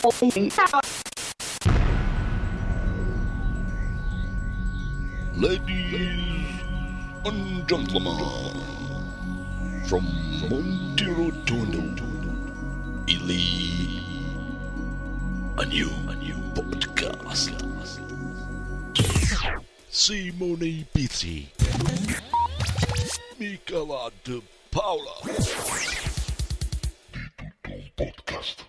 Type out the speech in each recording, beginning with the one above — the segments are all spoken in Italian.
Ladies and gentlemen, from Monte Rotondo, Italy, a new podcast. Simone Pizzi, Michela De Paola. Di tutto podcast.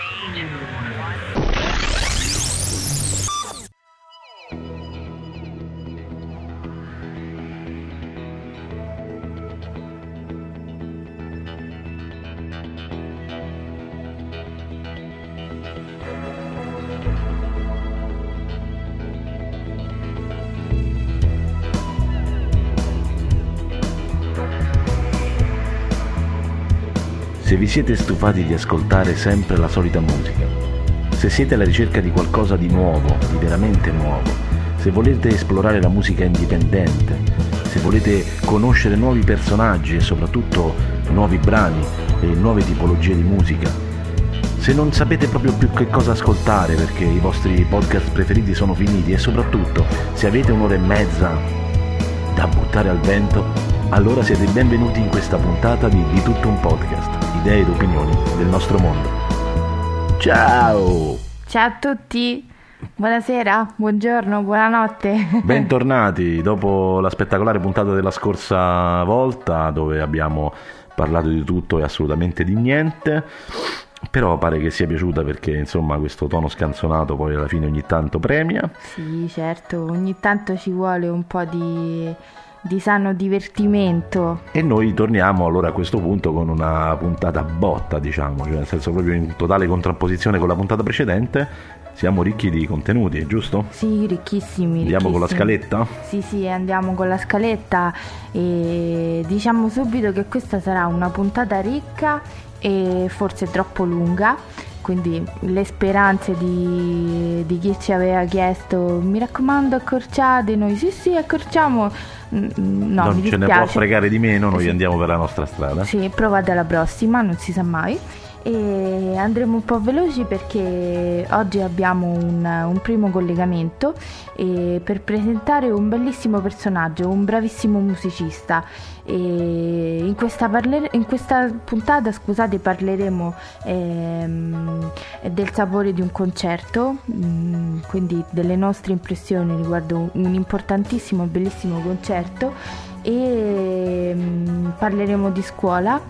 Se vi siete stufati di ascoltare sempre la solita musica, se siete alla ricerca di qualcosa di nuovo, di veramente nuovo, se volete esplorare la musica indipendente, se volete conoscere nuovi personaggi e soprattutto nuovi brani e nuove tipologie di musica, se non sapete proprio più che cosa ascoltare perché i vostri podcast preferiti sono finiti e soprattutto se avete un'ora e mezza da buttare al vento, allora siete benvenuti in questa puntata di Tutto un Podcast, idee ed opinioni del nostro mondo. Ciao! Ciao a tutti, buonasera, buongiorno, buonanotte. Bentornati dopo la spettacolare puntata della scorsa volta dove abbiamo parlato di tutto e assolutamente di niente. Però pare che sia piaciuta perché insomma questo tono scanzonato poi alla fine ogni tanto premia. Sì, certo, ogni tanto ci vuole un po' di sano divertimento. E noi torniamo allora a questo punto con una puntata botta, diciamo, cioè nel senso proprio in totale contrapposizione con la puntata precedente. Siamo ricchi di contenuti, giusto? Sì, ricchissimi. Andiamo con la scaletta? Sì, andiamo con la scaletta e diciamo subito che questa sarà una puntata ricca e forse troppo lunga, quindi le speranze di chi ci aveva chiesto mi raccomando accorciate, noi sì accorciamo, no, non mi ce dispiace. Ne può fregare di meno, noi sì. Andiamo per la nostra strada. Sì, provate alla prossima, non si sa mai. E andremo un po' veloci perché oggi abbiamo un primo collegamento per presentare un bellissimo personaggio, un bravissimo musicista. E in questa puntata, scusate, parleremo del sapore di un concerto, quindi delle nostre impressioni riguardo un importantissimo e bellissimo concerto. E parleremo di scuola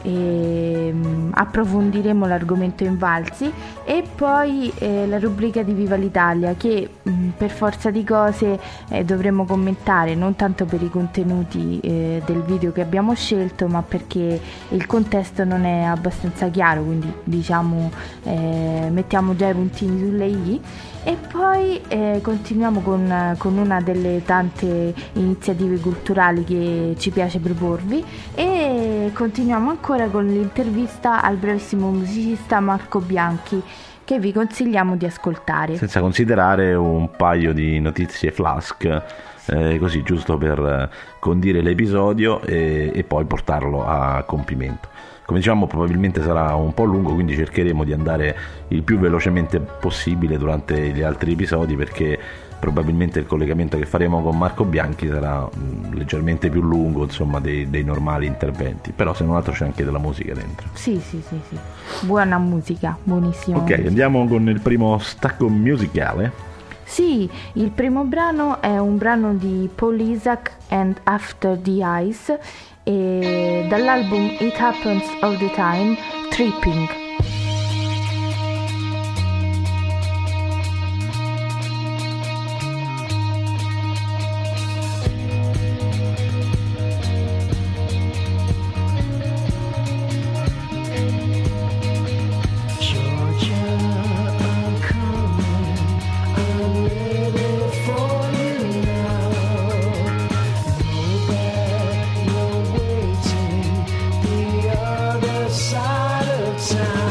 e approfondiremo l'argomento invalsi e poi la rubrica di Viva l'Italia che per forza di cose dovremo commentare, non tanto per i contenuti del video che abbiamo scelto ma perché il contesto non è abbastanza chiaro, quindi diciamo mettiamo già i puntini sulle i. E poi continuiamo con una delle tante iniziative culturali che ci piace proporvi e continuiamo ancora con l'intervista al bravissimo musicista Marco Bianchi che vi consigliamo di ascoltare. Senza considerare un paio di notizie flash, così giusto per condire l'episodio e poi portarlo a compimento. Come diciamo probabilmente sarà un po' lungo, quindi cercheremo di andare il più velocemente possibile durante gli altri episodi perché probabilmente il collegamento che faremo con Marco Bianchi sarà leggermente più lungo insomma dei normali interventi, però se non altro c'è anche della musica dentro. Sì, buona musica, buonissima. Ok, musica. Andiamo con il primo stacco musicale. Sì, il primo brano è un brano di Paul Isaac and After the Ice e dall'album It Happens All the Time, Tripping. Side of town.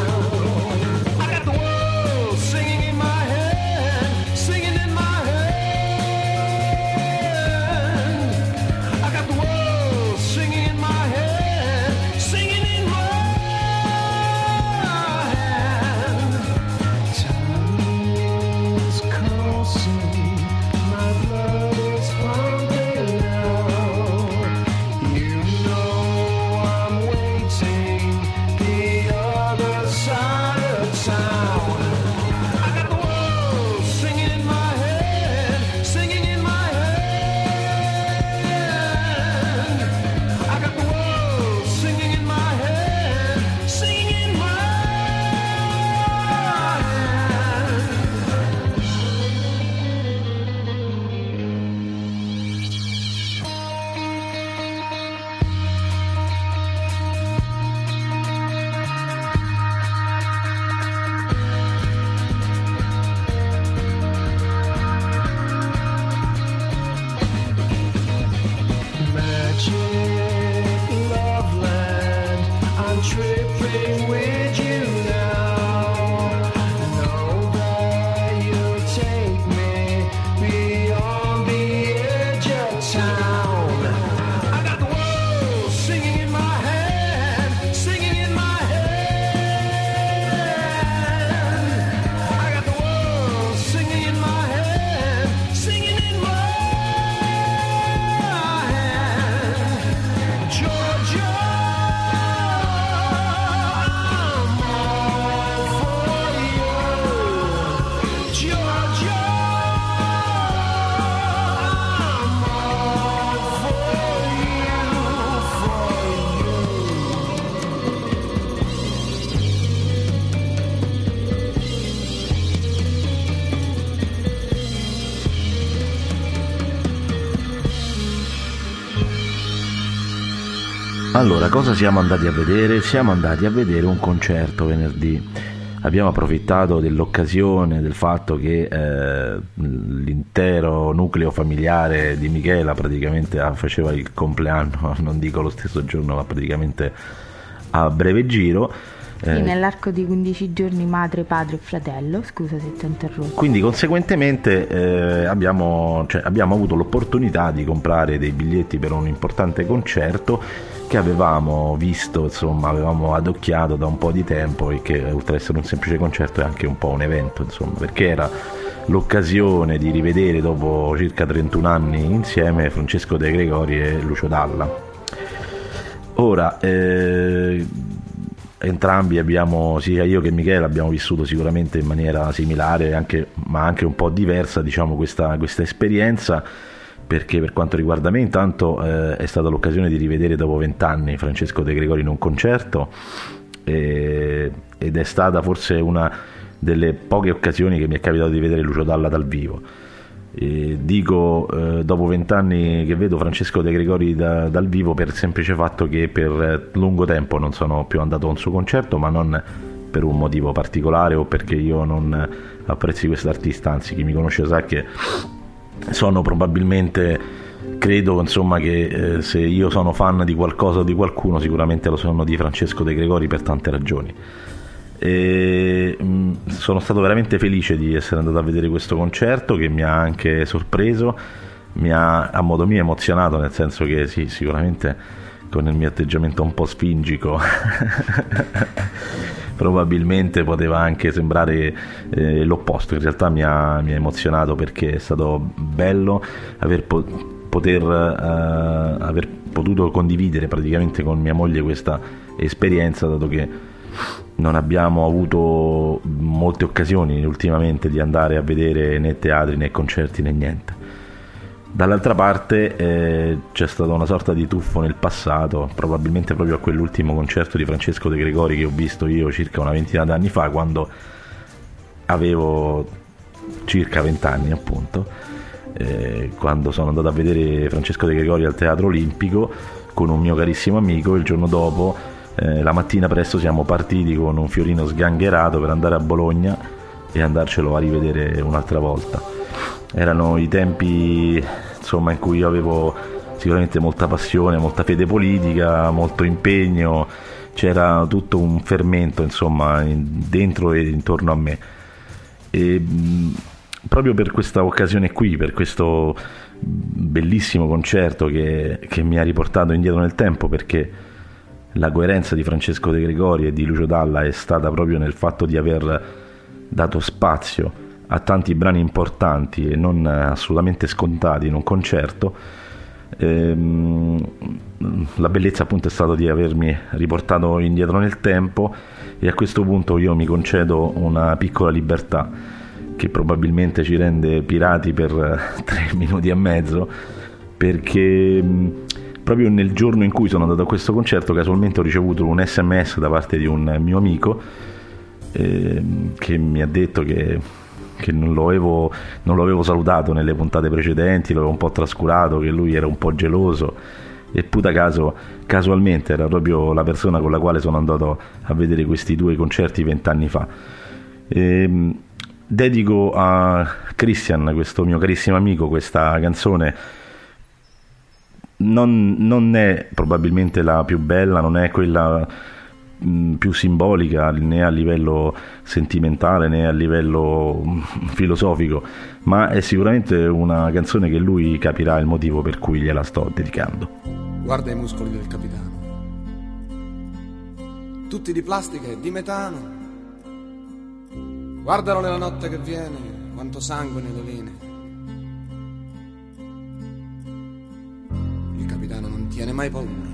Allora, cosa siamo andati a vedere? Siamo andati a vedere un concerto venerdì. Abbiamo approfittato dell'occasione, del fatto che l'intero nucleo familiare di Michela praticamente faceva il compleanno, non dico lo stesso giorno, ma praticamente a breve giro. Sì, nell'arco di 15 giorni madre, padre e fratello, scusa se ti ho interrotto. Quindi conseguentemente abbiamo avuto l'opportunità di comprare dei biglietti per un importante concerto che avevamo visto, insomma, avevamo adocchiato da un po' di tempo, e che oltre ad essere un semplice concerto è anche un po' un evento, insomma, perché era l'occasione di rivedere dopo circa 31 anni insieme Francesco De Gregori e Lucio Dalla. Ora, entrambi abbiamo, sia io che Michela, abbiamo vissuto sicuramente in maniera similare, ma anche un po' diversa, diciamo, questa esperienza, perché per quanto riguarda me intanto è stata l'occasione di rivedere dopo 20 anni Francesco De Gregori in un concerto, ed è stata forse una delle poche occasioni che mi è capitato di vedere Lucio Dalla dal vivo. Dopo 20 anni che vedo Francesco De Gregori dal vivo, per il semplice fatto che per lungo tempo non sono più andato a un suo concerto, ma non per un motivo particolare o perché io non apprezzi quest'artista, anzi chi mi conosce sa che sono probabilmente, credo insomma che se io sono fan di qualcosa o di qualcuno, sicuramente lo sono di Francesco De Gregori, per tante ragioni. E sono stato veramente felice di essere andato a vedere questo concerto, che mi ha anche sorpreso, mi ha a modo mio emozionato, nel senso che sì, sicuramente con il mio atteggiamento un po' sfingico probabilmente poteva anche sembrare l'opposto. In realtà mi ha emozionato, perché è stato bello aver potuto condividere praticamente con mia moglie questa esperienza, dato che non abbiamo avuto molte occasioni ultimamente di andare a vedere né teatri né concerti né niente. Dall'altra parte c'è stata una sorta di tuffo nel passato, probabilmente proprio a quell'ultimo concerto di Francesco De Gregori che ho visto io circa una ventina d'anni fa, quando avevo circa 20 anni appunto, quando sono andato a vedere Francesco De Gregori al Teatro Olimpico con un mio carissimo amico. Il giorno dopo, la mattina presto, siamo partiti con un fiorino sgangherato per andare a Bologna e andarcelo a rivedere un'altra volta. Erano i tempi, insomma, in cui io avevo sicuramente molta passione, molta fede politica, molto impegno, c'era tutto un fermento, insomma, dentro e intorno a me. E proprio per questa occasione qui, per questo bellissimo concerto che mi ha riportato indietro nel tempo, perché la coerenza di Francesco De Gregori e di Lucio Dalla è stata proprio nel fatto di aver dato spazio a tanti brani importanti e non assolutamente scontati in un concerto. La bellezza appunto è stata di avermi riportato indietro nel tempo, e a questo punto io mi concedo una piccola libertà che probabilmente ci rende pirati per 3 minuti e mezzo, perché proprio nel giorno in cui sono andato a questo concerto casualmente ho ricevuto un SMS da parte di un mio amico che mi ha detto che non lo avevo salutato nelle puntate precedenti, l'avevo un po' trascurato, che lui era un po' geloso, e puta caso casualmente era proprio la persona con la quale sono andato a vedere questi 2 concerti 20 anni fa. Dedico a Christian, questo mio carissimo amico, questa canzone. Non è probabilmente la più bella, non è quella più simbolica né a livello sentimentale né a livello filosofico, ma è sicuramente una canzone che lui capirà il motivo per cui gliela sto dedicando. Guarda i muscoli del capitano, tutti di plastica e di metano. Guardalo nella notte che viene, quanto sangue nelle vene. Il capitano non tiene mai paura.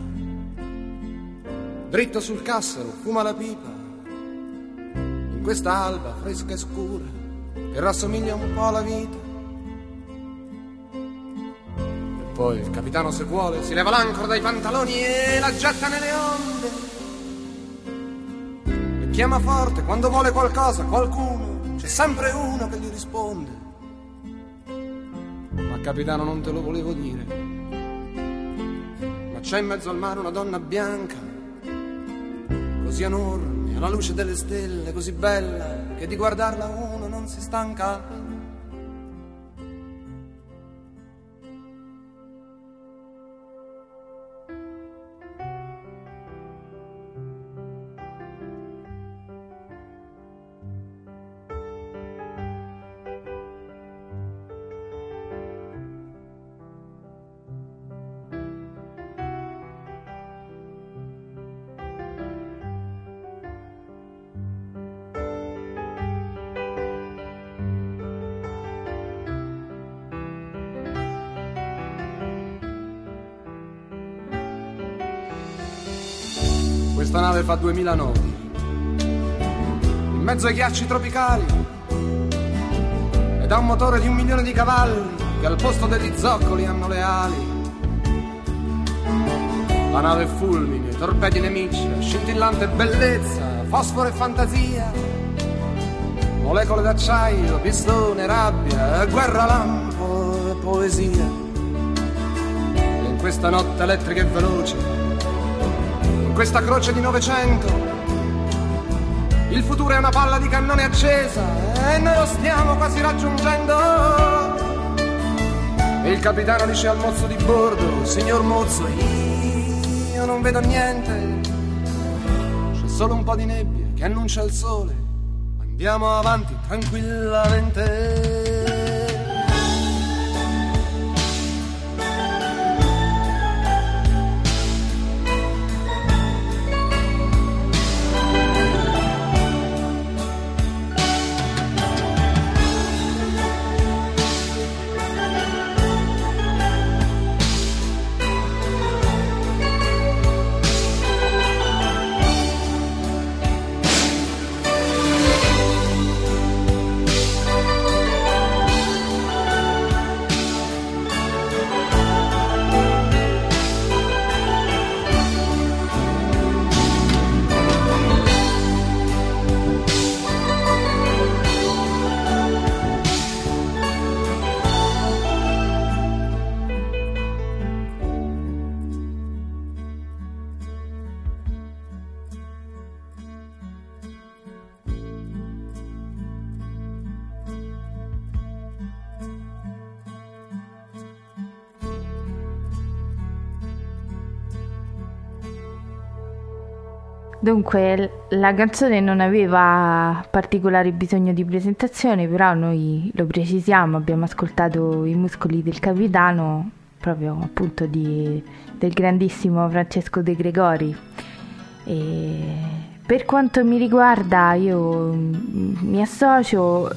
Dritto sul cassero, fuma la pipa, in questa alba fresca e scura che rassomiglia un po' alla vita. E poi il capitano, se vuole, si leva l'ancora dai pantaloni e la getta nelle onde, e chiama forte quando vuole qualcosa, qualcuno, c'è sempre uno che gli risponde. Ma capitano, non te lo volevo dire, c'è in mezzo al mare una donna bianca, così enorme, alla luce delle stelle, così bella, che di guardarla uno non si stanca. Questa nave fa 2000 nodi, in mezzo ai ghiacci tropicali, ed ha un motore di 1 milione di cavalli che al posto degli zoccoli hanno le ali. La nave è fulmine, torpedi nemici, scintillante bellezza, fosforo e fantasia, molecole d'acciaio, pistone, rabbia, guerra, lampo e poesia. E in questa notte elettrica e veloce, questa croce di 900, il futuro è una palla di cannone accesa e noi lo stiamo quasi raggiungendo. E il capitano dice al mozzo di bordo: signor mozzo, io non vedo niente, c'è solo un po' di nebbia che annuncia il sole, andiamo avanti tranquillamente. Dunque, la canzone non aveva particolare bisogno di presentazione, però noi lo precisiamo, abbiamo ascoltato I muscoli del capitano, proprio appunto del grandissimo Francesco De Gregori. E per quanto mi riguarda, io mi associo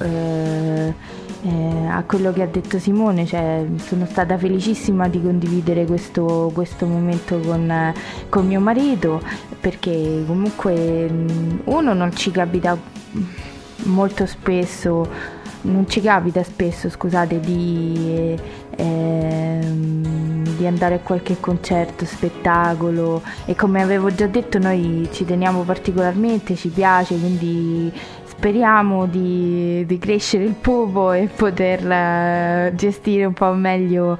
a quello che ha detto Simone, cioè sono stata felicissima di condividere questo momento con mio marito, perché comunque uno non ci capita molto spesso, non ci capita spesso, scusate, di andare a qualche concerto, spettacolo, e come avevo già detto noi ci teniamo particolarmente, ci piace, quindi speriamo di crescere il pupo e poter gestire un po' meglio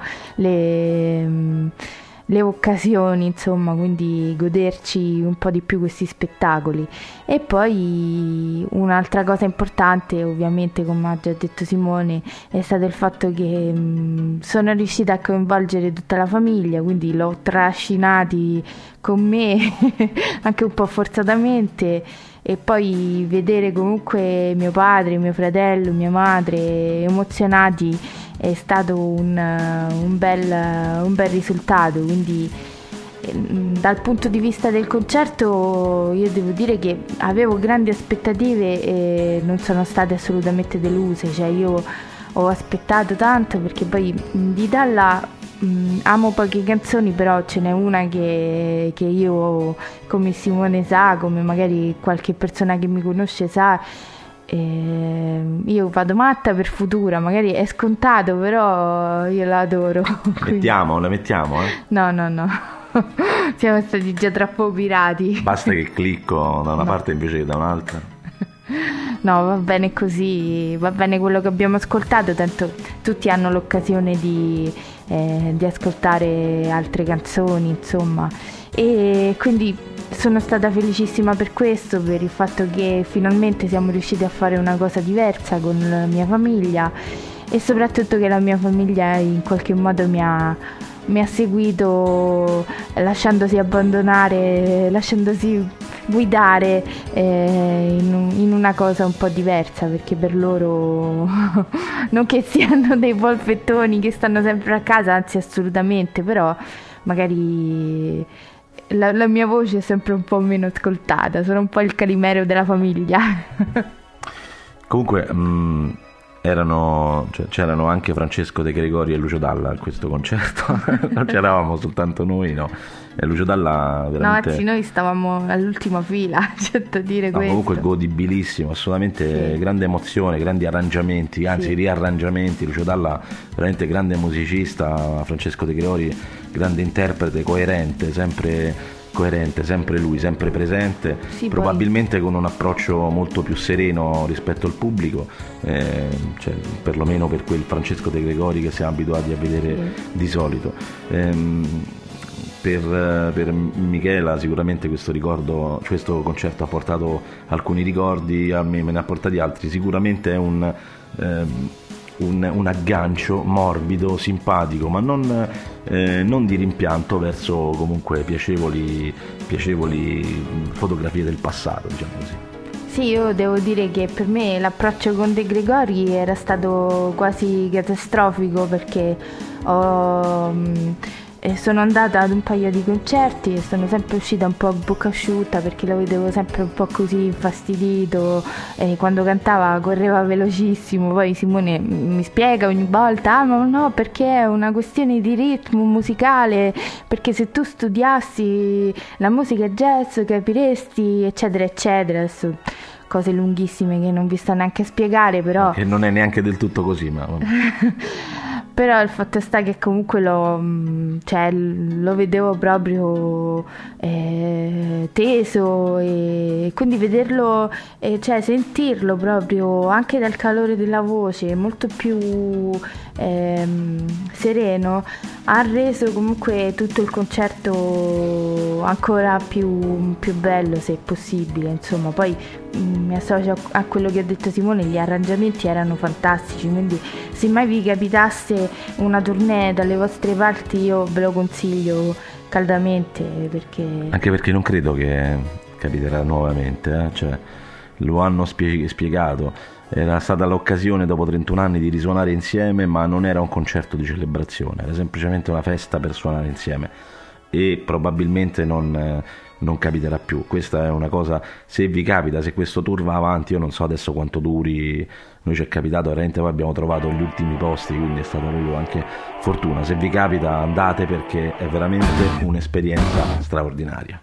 le occasioni, insomma, quindi goderci un po' di più questi spettacoli. E poi un'altra cosa importante, ovviamente, come ha già detto Simone, è stato il fatto che sono riuscita a coinvolgere tutta la famiglia, quindi l'ho trascinati con me anche un po' forzatamente, e poi vedere comunque mio padre, mio fratello, mia madre emozionati è stato un bel risultato. Quindi dal punto di vista del concerto io devo dire che avevo grandi aspettative e non sono state assolutamente deluse, cioè io ho aspettato tanto, perché poi di Dalla amo poche canzoni, però ce n'è una che io, come Simone sa, come magari qualche persona che mi conosce sa, io vado matta per Futura, magari è scontato, però io la adoro. La mettiamo? No. Siamo stati già troppo pirati. Basta che clicco da una parte invece che da un'altra. No, va bene così, va bene quello che abbiamo ascoltato, tanto tutti hanno l'occasione di ascoltare altre canzoni, insomma, e quindi sono stata felicissima per questo, per il fatto che finalmente siamo riusciti a fare una cosa diversa con la mia famiglia e soprattutto che la mia famiglia in qualche modo mi ha seguito, lasciandosi abbandonare, lasciandosi guidare in una cosa un po' diversa, perché per loro non che siano dei polpettoni che stanno sempre a casa, anzi assolutamente, però magari la mia voce è sempre un po' meno ascoltata, sono un po' il Calimero della famiglia. Comunque c'erano anche Francesco De Gregori e Lucio Dalla a questo concerto. Non c'eravamo soltanto noi, no? E Lucio Dalla veramente... No, anzi, noi stavamo all'ultima fila, c'è da dire questo. Comunque godibilissimo, assolutamente, sì. Grande emozione, grandi arrangiamenti, anzi sì, riarrangiamenti. Lucio Dalla veramente grande musicista, Francesco De Gregori grande interprete, coerente, sempre lui, sempre presente, sì, probabilmente poi con un approccio molto più sereno rispetto al pubblico, cioè, perlomeno per quel Francesco De Gregori che siamo abituati a vedere, sì, di solito. Per Michela sicuramente questo concerto ha portato alcuni ricordi, a me ne ha portati altri. Sicuramente è un aggancio morbido, simpatico, ma non di rimpianto verso comunque piacevoli fotografie del passato, diciamo così. Sì, io devo dire che per me l'approccio con De Gregori era stato quasi catastrofico, perché sono andata ad un paio di concerti e sono sempre uscita un po' a bocca asciutta, perché lo vedevo sempre un po' così infastidito, e quando cantava correva velocissimo. Poi Simone mi spiega ogni volta: ma no, perché è una questione di ritmo musicale, perché se tu studiassi la musica jazz capiresti, eccetera eccetera. Adesso cose lunghissime che non vi sto neanche a spiegare, però che non è neanche del tutto così, ma però il fatto sta che comunque lo vedevo proprio teso, e quindi vederlo, cioè sentirlo proprio anche dal calore della voce molto più sereno, ha reso comunque tutto il concerto ancora più bello, se possibile. Insomma, poi mi associo a quello che ha detto Simone, gli arrangiamenti erano fantastici, quindi se mai vi capitasse una tournée dalle vostre parti io ve lo consiglio caldamente, anche perché non credo che capiterà nuovamente, cioè, lo hanno spiegato, era stata l'occasione dopo 31 anni di risuonare insieme, ma non era un concerto di celebrazione, era semplicemente una festa per suonare insieme, e probabilmente non capiterà più. Questa è una cosa, se vi capita, se questo tour va avanti, io non so adesso quanto duri, noi ci è capitato veramente, poi abbiamo trovato gli ultimi posti, quindi è stata proprio anche fortuna. Se vi capita andate, perché è veramente un'esperienza straordinaria.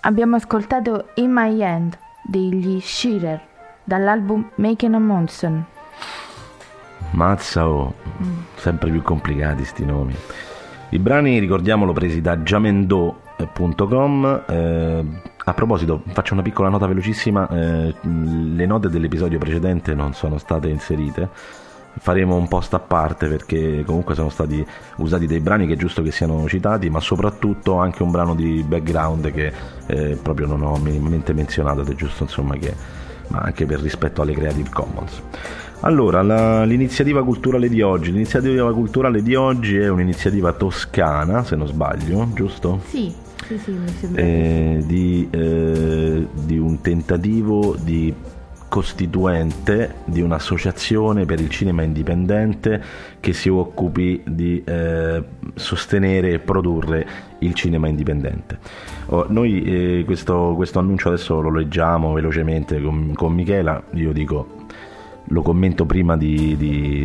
abbiamo ascoltato In My Hand degli Shearer dall'album Making a Monsoon. Mazza, sempre più complicati sti nomi. I brani, ricordiamolo, presi da jamendo.com. A proposito, faccio una piccola nota velocissima, le note dell'episodio precedente non sono state inserite, faremo un post a parte perché comunque sono stati usati dei brani che è giusto che siano citati, ma soprattutto anche un brano di background che proprio non ho minimamente menzionato, ed è giusto insomma che, ma anche per rispetto alle Creative Commons. Allora, l'iniziativa culturale di oggi è un'iniziativa toscana, se non sbaglio, giusto? Sì, mi sembra. Di un tentativo di costituente di un'associazione per il cinema indipendente che si occupi di sostenere e produrre il cinema indipendente. Noi questo annuncio adesso lo leggiamo velocemente con Michela. Io dico, lo commento prima di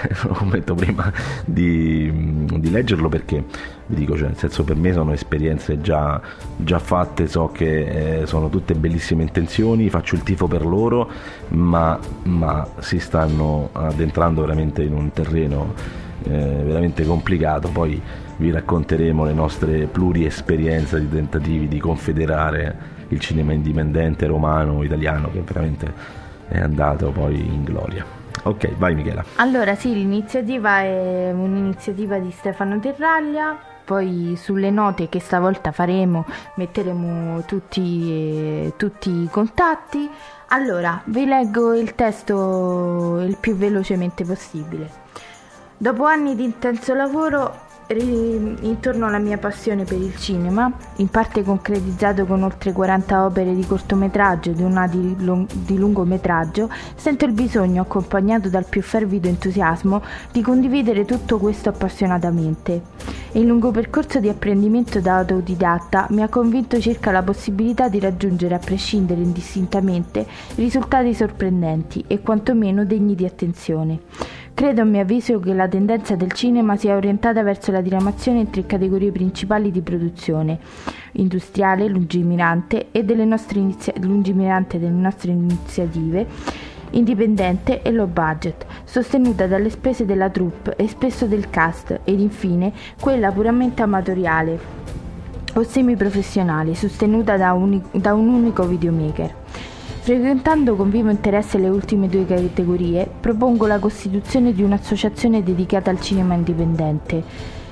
leggerlo, perché vi dico, cioè, nel senso, per me sono esperienze già fatte, so che sono tutte bellissime intenzioni, faccio il tifo per loro, ma si stanno addentrando veramente in un terreno veramente complicato. Poi vi racconteremo le nostre pluriesperienze di tentativi di confederare il cinema indipendente romano, italiano, che veramente è andato poi in gloria. Ok, vai Michela. Allora sì, l'iniziativa è un'iniziativa di Stefano Terraglia. Poi sulle note che stavolta faremo metteremo tutti i contatti. Allora, vi leggo il testo il più velocemente possibile. Dopo anni di intenso lavoro intorno alla mia passione per il cinema, in parte concretizzato con oltre 40 opere di cortometraggio ed una di lungometraggio, sento il bisogno, accompagnato dal più fervido entusiasmo, di condividere tutto questo appassionatamente. E il lungo percorso di apprendimento da autodidatta mi ha convinto circa la possibilità di raggiungere, a prescindere indistintamente, risultati sorprendenti e quantomeno degni di attenzione. Credo, a mio avviso, che la tendenza del cinema sia orientata verso la diramazione in 3 categorie principali di produzione: industriale, lungimirante delle nostre iniziative, indipendente e low budget, sostenuta dalle spese della troupe e spesso del cast, ed infine quella puramente amatoriale o semiprofessionale, sostenuta da un unico videomaker. Frequentando con vivo interesse le ultime 2 categorie, propongo la costituzione di un'associazione dedicata al cinema indipendente.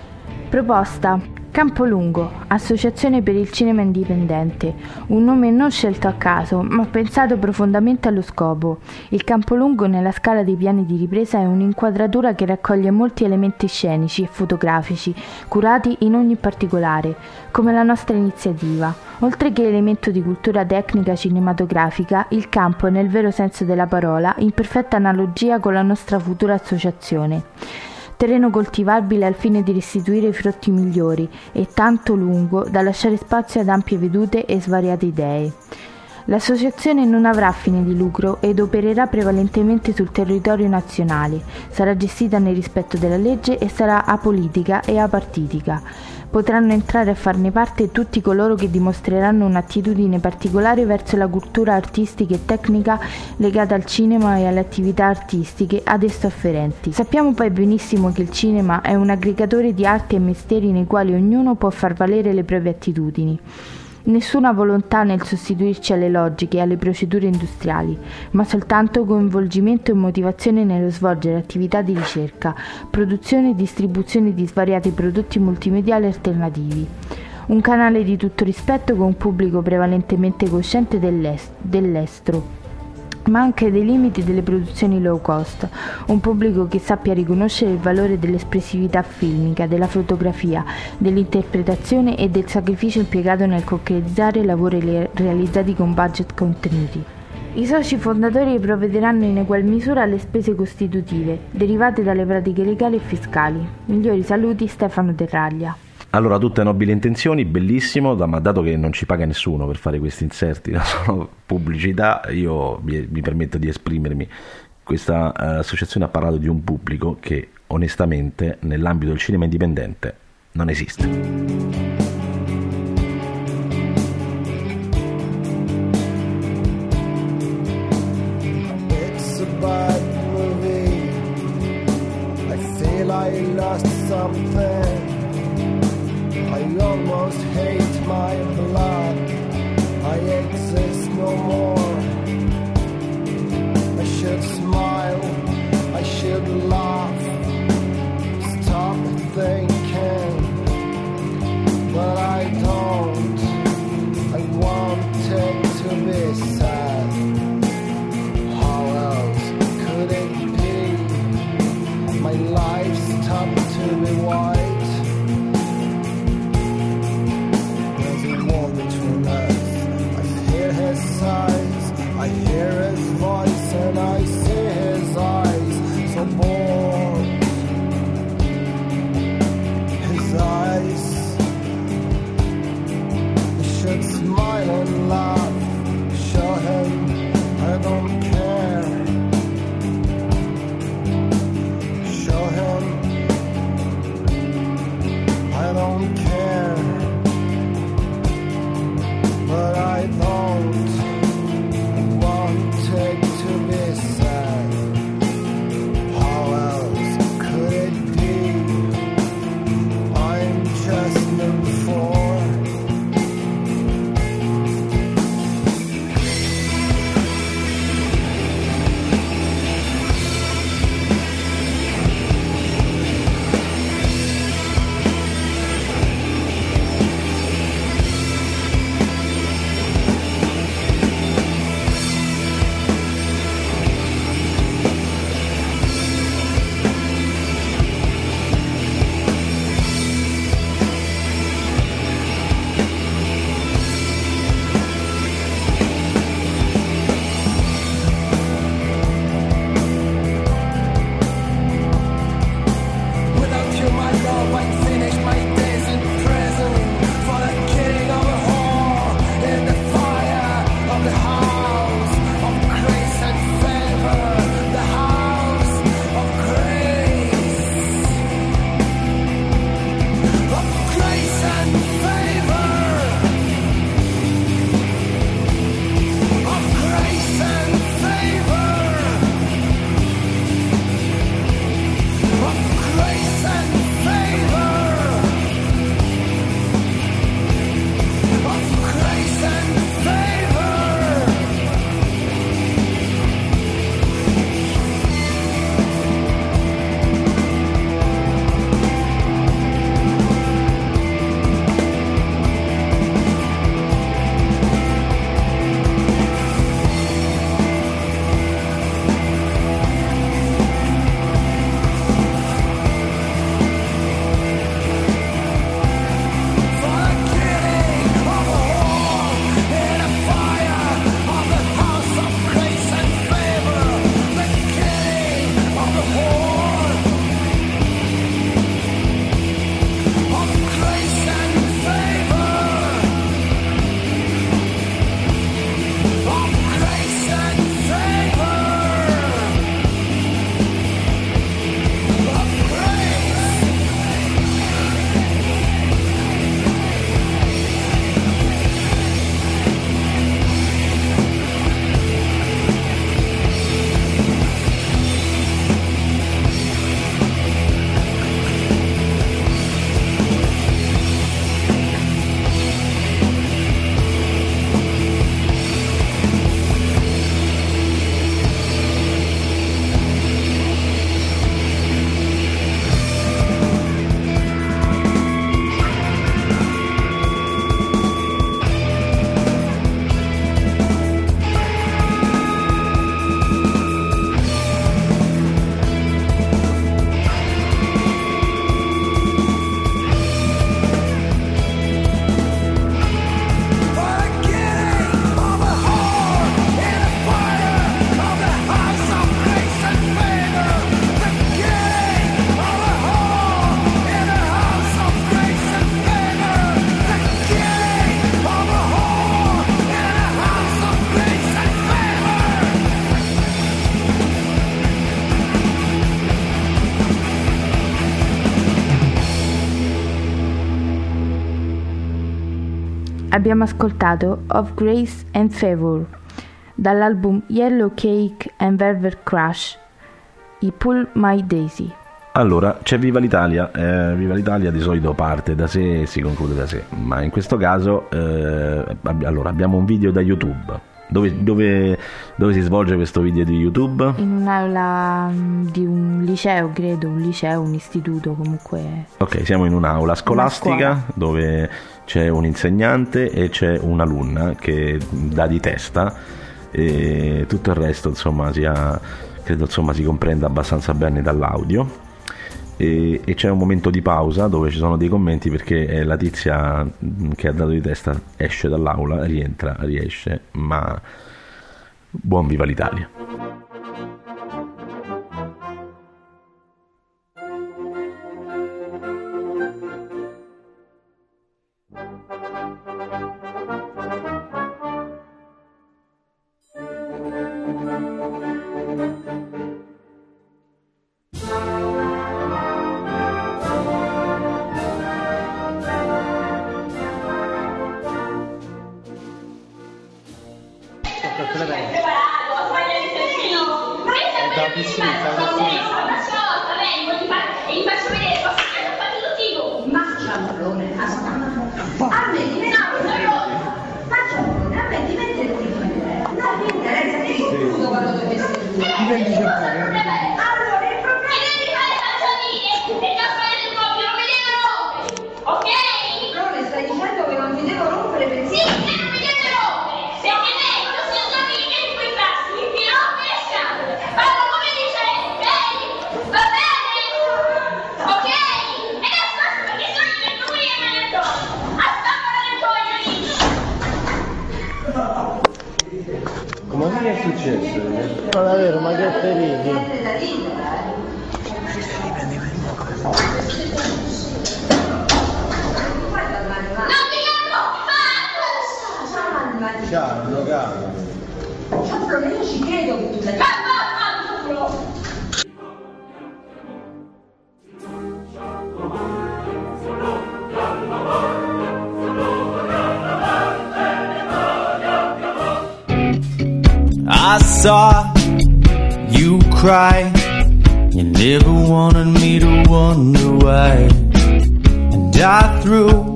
Proposta: Campolungo, Associazione per il Cinema Indipendente, un nome non scelto a caso, ma pensato profondamente allo scopo. Il Campolungo nella scala dei piani di ripresa è un'inquadratura che raccoglie molti elementi scenici e fotografici, curati in ogni particolare, come la nostra iniziativa. Oltre che elemento di cultura tecnica cinematografica, il campo è, nel vero senso della parola, in perfetta analogia con la nostra futura associazione. Terreno coltivabile al fine di restituire i frutti migliori e tanto lungo da lasciare spazio ad ampie vedute e svariate idee. L'associazione non avrà fine di lucro ed opererà prevalentemente sul territorio nazionale, sarà gestita nel rispetto della legge e sarà apolitica e apartitica. Potranno entrare a farne parte tutti coloro che dimostreranno un'attitudine particolare verso la cultura artistica e tecnica legata al cinema e alle attività artistiche ad esso afferenti. Sappiamo poi benissimo che il cinema è un aggregatore di arti e mestieri nei quali ognuno può far valere le proprie attitudini. Nessuna volontà nel sostituirci alle logiche e alle procedure industriali, ma soltanto coinvolgimento e motivazione nello svolgere attività di ricerca, produzione e distribuzione di svariati prodotti multimediali alternativi. Un canale di tutto rispetto con un pubblico prevalentemente cosciente dell'estero, ma anche dei limiti delle produzioni low cost, un pubblico che sappia riconoscere il valore dell'espressività filmica, della fotografia, dell'interpretazione e del sacrificio impiegato nel concretizzare lavori realizzati con budget contenuti. I soci fondatori provvederanno in egual misura alle spese costitutive, derivate dalle pratiche legali e fiscali. Migliori saluti, Stefano Terraglia. Allora, tutte nobili intenzioni, bellissimo, ma dato che non ci paga nessuno per fare questi inserti, la solo pubblicità, io mi permetto di esprimermi. Questa associazione ha parlato di un pubblico che onestamente nell'ambito del cinema indipendente non esiste. I lost something. I almost hate my blood. I exist no more. I should smile, I should laugh. Stop thinking, but I don't. I want it to be sad. How else could it be? My life stopped to be white. There's a wall between us. I hear his sighs, I hear his voice, and I see his eyes so bored. His eyes. I should smile and laugh. Show him I don't care. Show him I don't care. But I don't want it to be sad. How else could it be? I'm just number 4. Abbiamo ascoltato Of Grace and Favor dall'album Yellow Cake and Velvet Crush, i Pull My Daisy. Allora, c'è Viva l'Italia. Viva l'Italia di solito parte da sé e si conclude da sé, ma in questo caso allora, abbiamo un video da YouTube. Dove si svolge questo video di YouTube? In un'aula di un liceo, credo, un istituto comunque. Ok, siamo in un'aula scolastica dove c'è un insegnante e c'è un'alunna che dà di testa, e tutto il resto credo si comprenda abbastanza bene dall'audio. E c'è un momento di pausa dove ci sono dei commenti, perché la tizia che ha dato di testa esce dall'aula, riesce, ma buon Viva l'Italia. I saw you cry. You never wanted me to wonder why. And I threw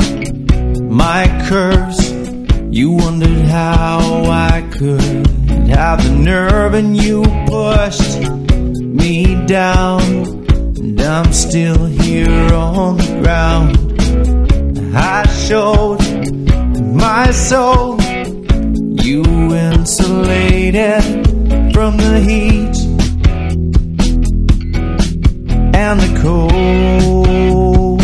my curse. You wondered how I could have the nerve, and you pushed me down. And I'm still here on the ground. I showed my soul. You insulated from the heat and the cold.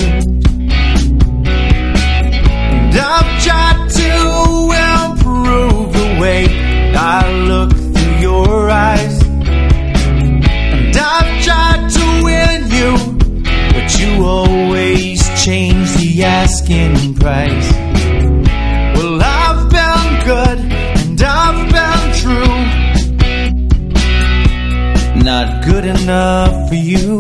And I've tried to improve the way I look through your eyes. And I've tried to win you, but you always change the asking price. Well, I've been good and I've been true, not good enough for you.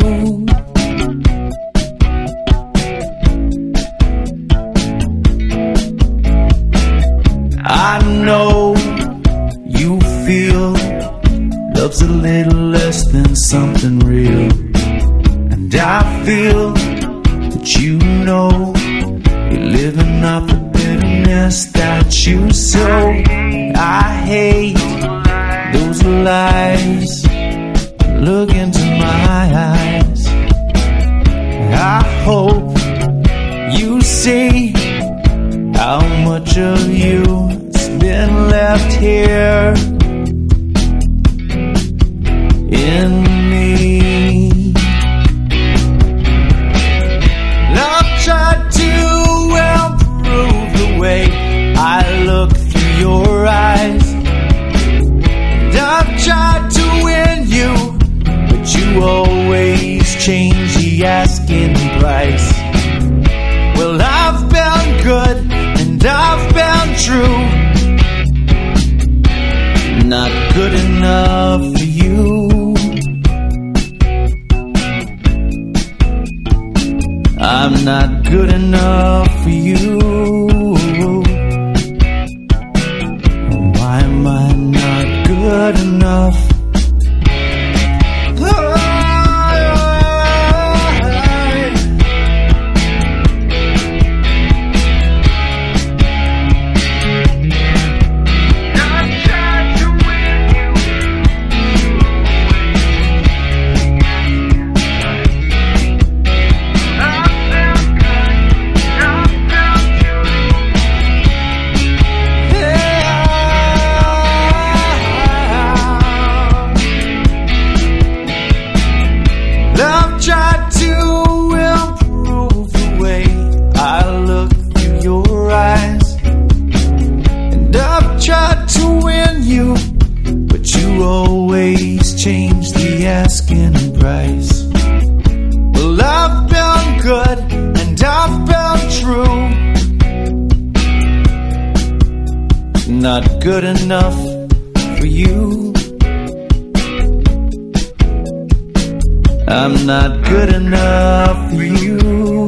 I know you feel love's a little less than something real, and I feel that you know you're living off the bitterness that you sow. I hate those lies. Look into my eyes. I hope you see how much of you's been left here in me. I've tried to improve the way I look through your eyes, and I've tried to win you, but you always change the asking price. Well, I've been good and I've been true, not good enough for you. I'm not good enough for you. Why am I not good enough? always change the asking price. Well, I've been good and I've been true. Not good enough for you. I'm not good enough for you.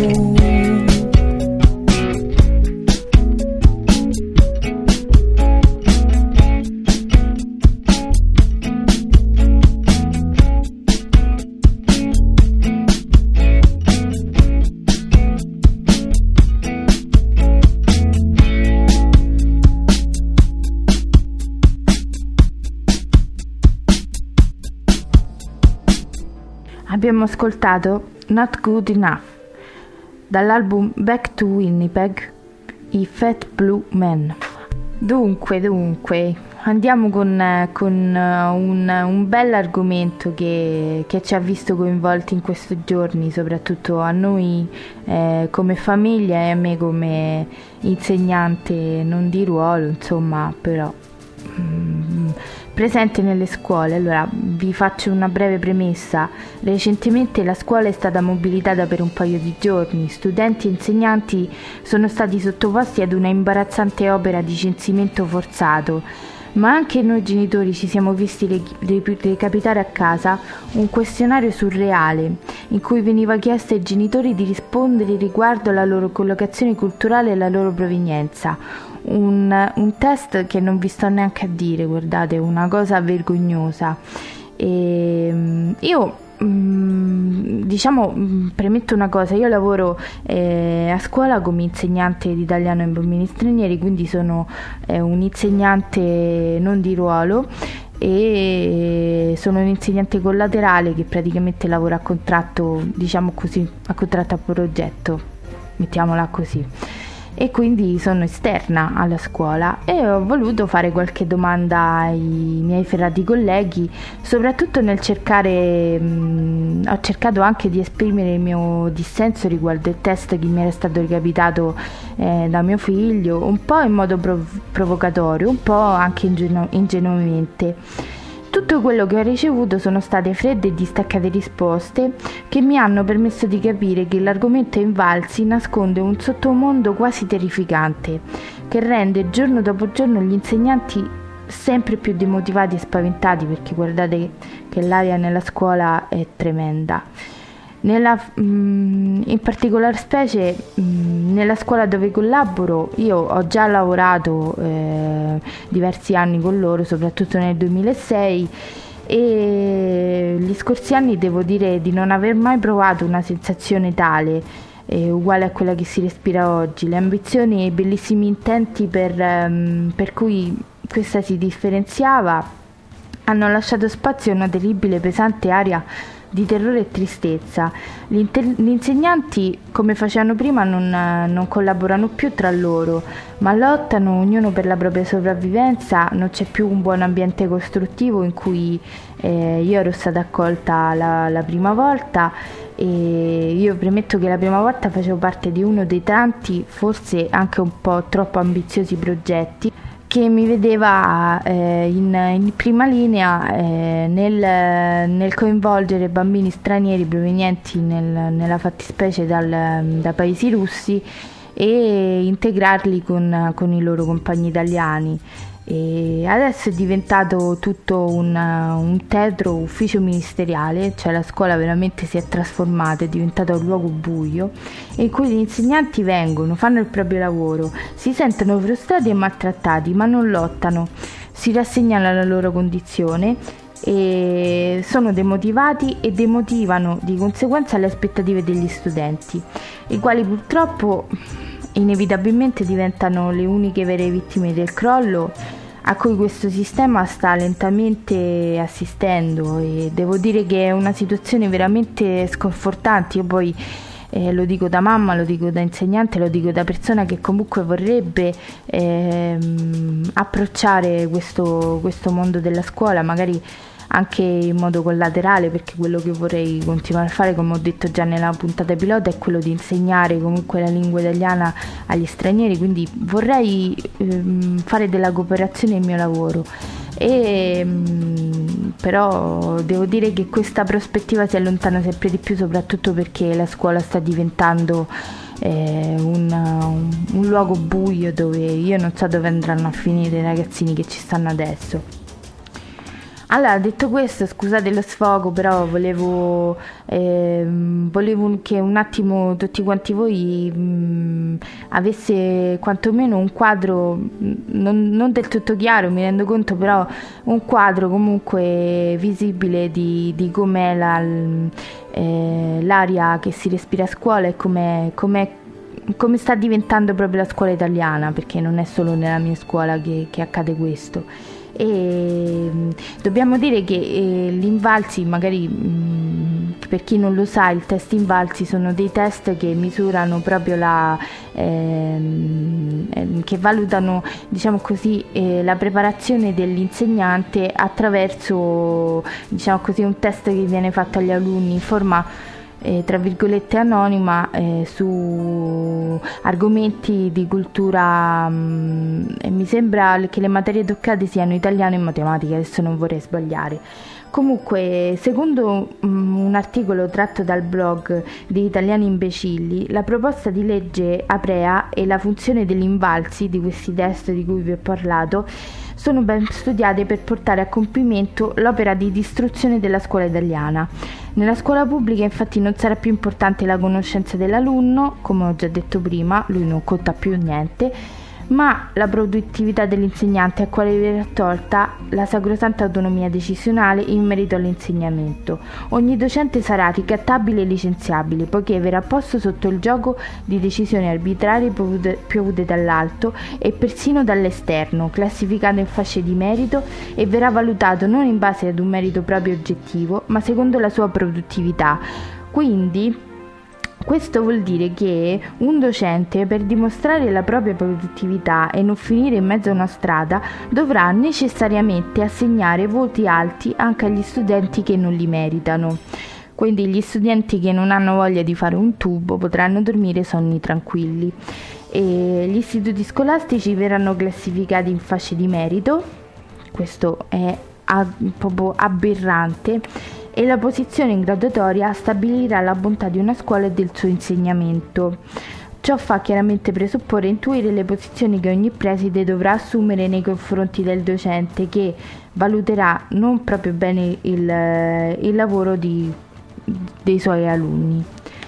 Abbiamo ascoltato Not Good Enough dall'album Back to Winnipeg, i Fat Blue Men. Dunque, andiamo con un bel argomento che ci ha visto coinvolti in questi giorni, soprattutto a noi come famiglia e a me come insegnante non di ruolo, insomma, però presente nelle scuole. Allora, vi faccio una breve premessa. Recentemente la scuola è stata mobilitata per un paio di giorni. Studenti e insegnanti sono stati sottoposti ad una imbarazzante opera di censimento forzato, ma anche noi genitori ci siamo visti recapitare a casa un questionario surreale in cui veniva chiesto ai genitori di rispondere riguardo alla loro collocazione culturale e la loro provenienza. Un test che non vi sto neanche a dire, guardate, una cosa vergognosa. Io premetto una cosa: io lavoro a scuola come insegnante di italiano ai bambini stranieri, quindi sono un insegnante non di ruolo e sono un insegnante collaterale che praticamente lavora a contratto, diciamo così, a contratto a progetto, mettiamola così. E quindi sono esterna alla scuola e ho voluto fare qualche domanda ai miei ferrati colleghi, soprattutto nel ho cercato anche di esprimere il mio dissenso riguardo il test che mi era stato recapitato da mio figlio, un po' in modo provocatorio, un po' anche ingenuamente. Tutto quello che ho ricevuto sono state fredde e distaccate risposte che mi hanno permesso di capire che l'argomento Invalsi nasconde un sottomondo quasi terrificante che rende giorno dopo giorno gli insegnanti sempre più demotivati e spaventati, perché guardate che l'aria nella scuola è tremenda. In particolar specie nella scuola dove collaboro, io ho già lavorato diversi anni con loro, soprattutto nel 2006, e gli scorsi anni devo dire di non aver mai provato una sensazione tale, uguale a quella che si respira oggi. Le ambizioni e i bellissimi intenti per cui questa si differenziava hanno lasciato spazio a una terribile pesante aria di terrore e tristezza. Gli insegnanti, come facevano prima, non collaborano più tra loro, ma lottano ognuno per la propria sopravvivenza. Non c'è più un buon ambiente costruttivo in cui io ero stata accolta la prima volta, e io premetto che la prima volta facevo parte di uno dei tanti, forse anche un po' troppo ambiziosi progetti che mi vedeva in prima linea nel coinvolgere bambini stranieri provenienti nella fattispecie da paesi russi e integrarli con i loro compagni italiani. E adesso è diventato tutto un tetro ufficio ministeriale, cioè la scuola veramente si è trasformata, è diventata un luogo buio in cui gli insegnanti vengono, fanno il proprio lavoro, si sentono frustrati e maltrattati, ma non lottano, si rassegnano alla loro condizione e sono demotivati e demotivano di conseguenza le aspettative degli studenti, i quali purtroppo inevitabilmente diventano le uniche vere vittime del crollo a cui questo sistema sta lentamente assistendo. E devo dire che è una situazione veramente sconfortante. Io poi lo dico da mamma, lo dico da insegnante, lo dico da persona che comunque vorrebbe approcciare questo mondo della scuola, magari anche in modo collaterale, perché quello che vorrei continuare a fare, come ho detto già nella puntata pilota, è quello di insegnare comunque la lingua italiana agli stranieri, quindi vorrei fare della cooperazione il mio lavoro. E però devo dire che questa prospettiva si allontana sempre di più, soprattutto perché la scuola sta diventando un luogo buio dove io non so dove andranno a finire i ragazzini che ci stanno adesso. Allora, detto questo, scusate lo sfogo, però volevo che un attimo tutti quanti voi avesse quantomeno un quadro, non del tutto chiaro, mi rendo conto, però un quadro comunque visibile di com'è l'aria che si respira a scuola e come sta diventando proprio la scuola italiana, perché non è solo nella mia scuola che accade questo. E dobbiamo dire che gli invalsi, magari per chi non lo sa, i test invalsi sono dei test che misurano proprio che valutano, diciamo così, la preparazione dell'insegnante attraverso, diciamo così, un test che viene fatto agli alunni in forma tra virgolette anonima, su argomenti di cultura, e mi sembra che le materie toccate siano italiano e matematica, adesso non vorrei sbagliare. Comunque, secondo un articolo tratto dal blog di Italiani Imbecilli, la proposta di legge Aprea e la funzione degli invalsi di questi test di cui vi ho parlato sono ben studiate per portare a compimento l'opera di distruzione della scuola italiana. Nella scuola pubblica infatti non sarà più importante la conoscenza dell'alunno, come ho già detto prima, lui non conta più niente, ma la produttività dell'insegnante, a quale verrà tolta la sacrosanta autonomia decisionale in merito all'insegnamento. Ogni docente sarà ricattabile e licenziabile, poiché verrà posto sotto il gioco di decisioni arbitrarie piovute dall'alto e persino dall'esterno, classificato in fasce di merito, e verrà valutato non in base ad un merito proprio oggettivo, ma secondo la sua produttività. Quindi questo vuol dire che un docente, per dimostrare la propria produttività e non finire in mezzo a una strada, dovrà necessariamente assegnare voti alti anche agli studenti che non li meritano. Quindi gli studenti che non hanno voglia di fare un tubo potranno dormire sonni tranquilli. E gli istituti scolastici verranno classificati in fasce di merito, questo è proprio aberrante, e la posizione in graduatoria stabilirà la bontà di una scuola e del suo insegnamento. Ciò fa chiaramente presupporre e intuire le posizioni che ogni preside dovrà assumere nei confronti del docente, che valuterà non proprio bene il lavoro dei suoi alunni.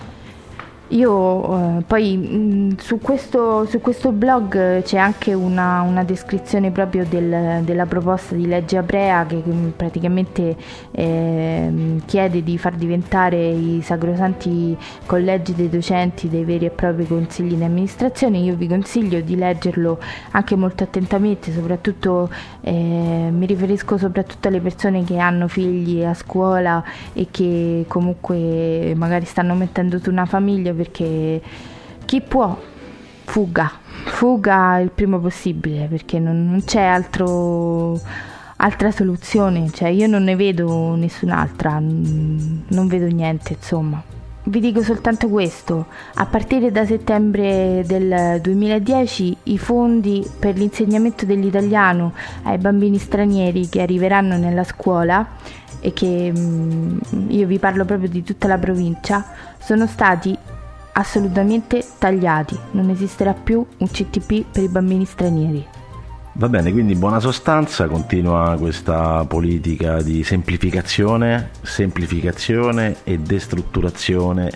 Io poi su questo blog c'è anche una descrizione proprio della proposta di legge Aprea, che praticamente chiede di far diventare i sacrosanti collegi dei docenti dei veri e propri consigli di amministrazione. Io vi consiglio di leggerlo anche molto attentamente, soprattutto mi riferisco soprattutto alle persone che hanno figli a scuola e che comunque magari stanno mettendo su una famiglia, perché chi può fuga il prima possibile, perché non c'è altra soluzione, cioè io non ne vedo nessun'altra, non vedo niente, insomma. Vi dico soltanto questo: a partire da settembre del 2010 i fondi per l'insegnamento dell'italiano ai bambini stranieri che arriveranno nella scuola, e che io vi parlo proprio di tutta la provincia, sono stati assolutamente tagliati. Non esisterà più un CTP per i bambini stranieri. Va bene, quindi in buona sostanza continua questa politica di semplificazione e destrutturazione,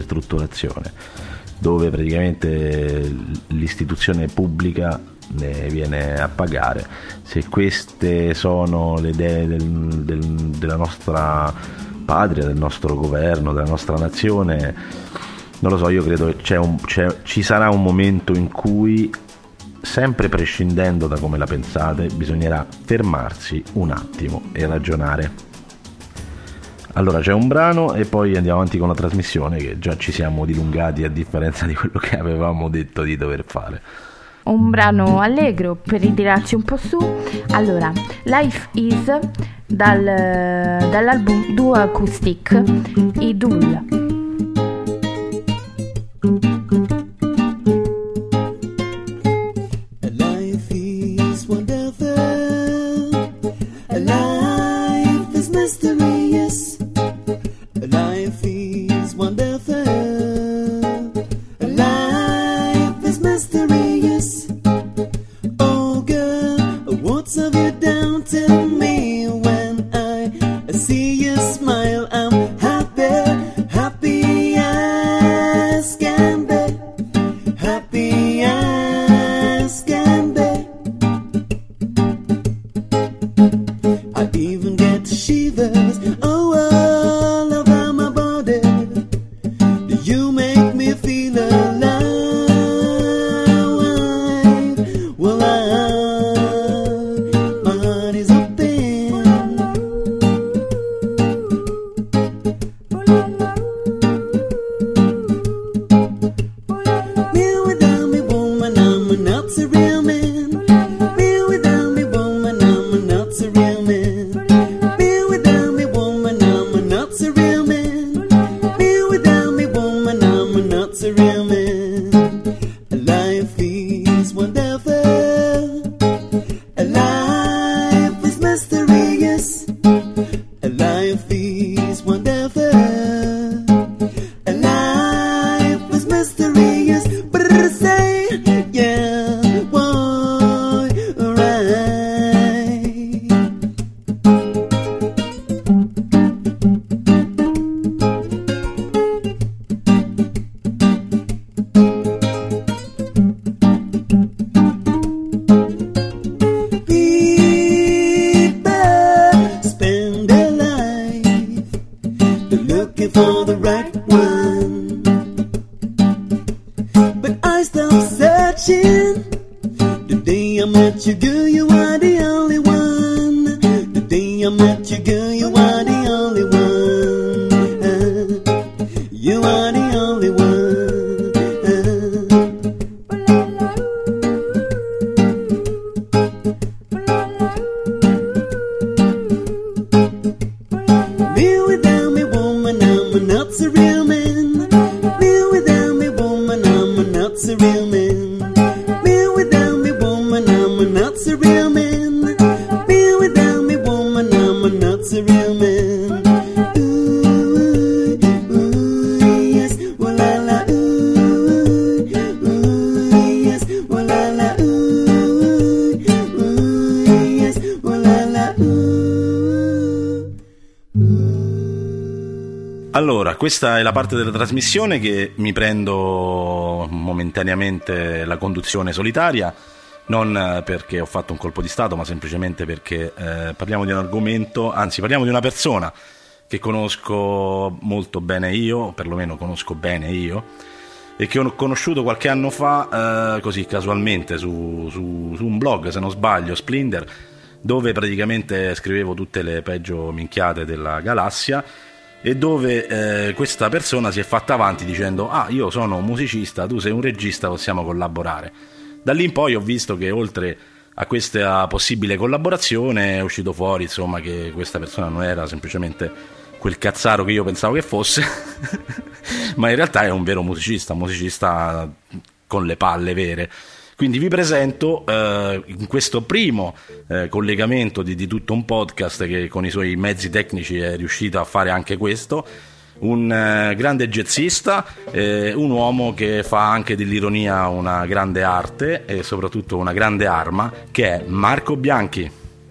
dove praticamente l'istituzione pubblica ne viene a pagare. Se queste sono le idee della nostra patria, del nostro governo, della nostra nazione, non lo so, io credo che ci sarà un momento in cui, sempre prescindendo da come la pensate, bisognerà fermarsi un attimo e ragionare. Allora c'è un brano e poi andiamo avanti con la trasmissione, che già ci siamo dilungati a differenza di quello che avevamo detto di dover fare. Un brano allegro per ritirarci un po' su. Allora, Life Is dall'album Duo Acoustic, i Dul. Life is wonderful. Life is mysterious. Life is wonderful. Life is mysterious. Oh girl, what's of you down to me? When I see you smile, I'm happy, happy as can be, happy as can be. I even get shivers, oh, all over my body. You make me feel alive. Well, my heart is open. Me without me, woman, I'm not a real man. Me without me, woman, I'm not a real man. Me without me, woman, I'm not a real man. Me without me, woman, I'm not a real man. Life is wonderful. Life is mysterious. Life is wonderful. Life is mysterious. But say, yeah, boy, right. People spend their life looking for the right one, but I stopped searching the day I met you, girl. You are the only one. The day I met you, girl, you are the only one. You are the only one. Me without me, woman, I'm not a real man. Me without me, woman, I'm not a real man. Me without me, woman, I'm not a real man. Me without me, woman, I'm not a real man. Ooh, ooh, yes, well, la la, ooh, yes, well, la la, ooh, yes, well, la la, Allora, questa è la parte della trasmissione che mi prendo momentaneamente la conduzione solitaria, non perché ho fatto un colpo di stato, ma semplicemente perché parliamo di un argomento, anzi parliamo di una persona che conosco molto bene io, perlomeno conosco bene io, e che ho conosciuto qualche anno fa così casualmente su un blog, se non sbaglio, Splinter, dove praticamente scrivevo tutte le peggio minchiate della galassia, e dove questa persona si è fatta avanti dicendo: ah, io sono un musicista, tu sei un regista, possiamo collaborare. Da lì in poi ho visto che oltre a questa possibile collaborazione è uscito fuori, insomma, che questa persona non era semplicemente quel cazzaro che io pensavo che fosse ma in realtà è un vero musicista, un musicista con le palle vere. Quindi vi presento in questo primo collegamento di tutto un podcast che con i suoi mezzi tecnici è riuscito a fare anche questo, un grande jazzista, un uomo che fa anche dell'ironia una grande arte e soprattutto una grande arma, che è Marco Bianchi,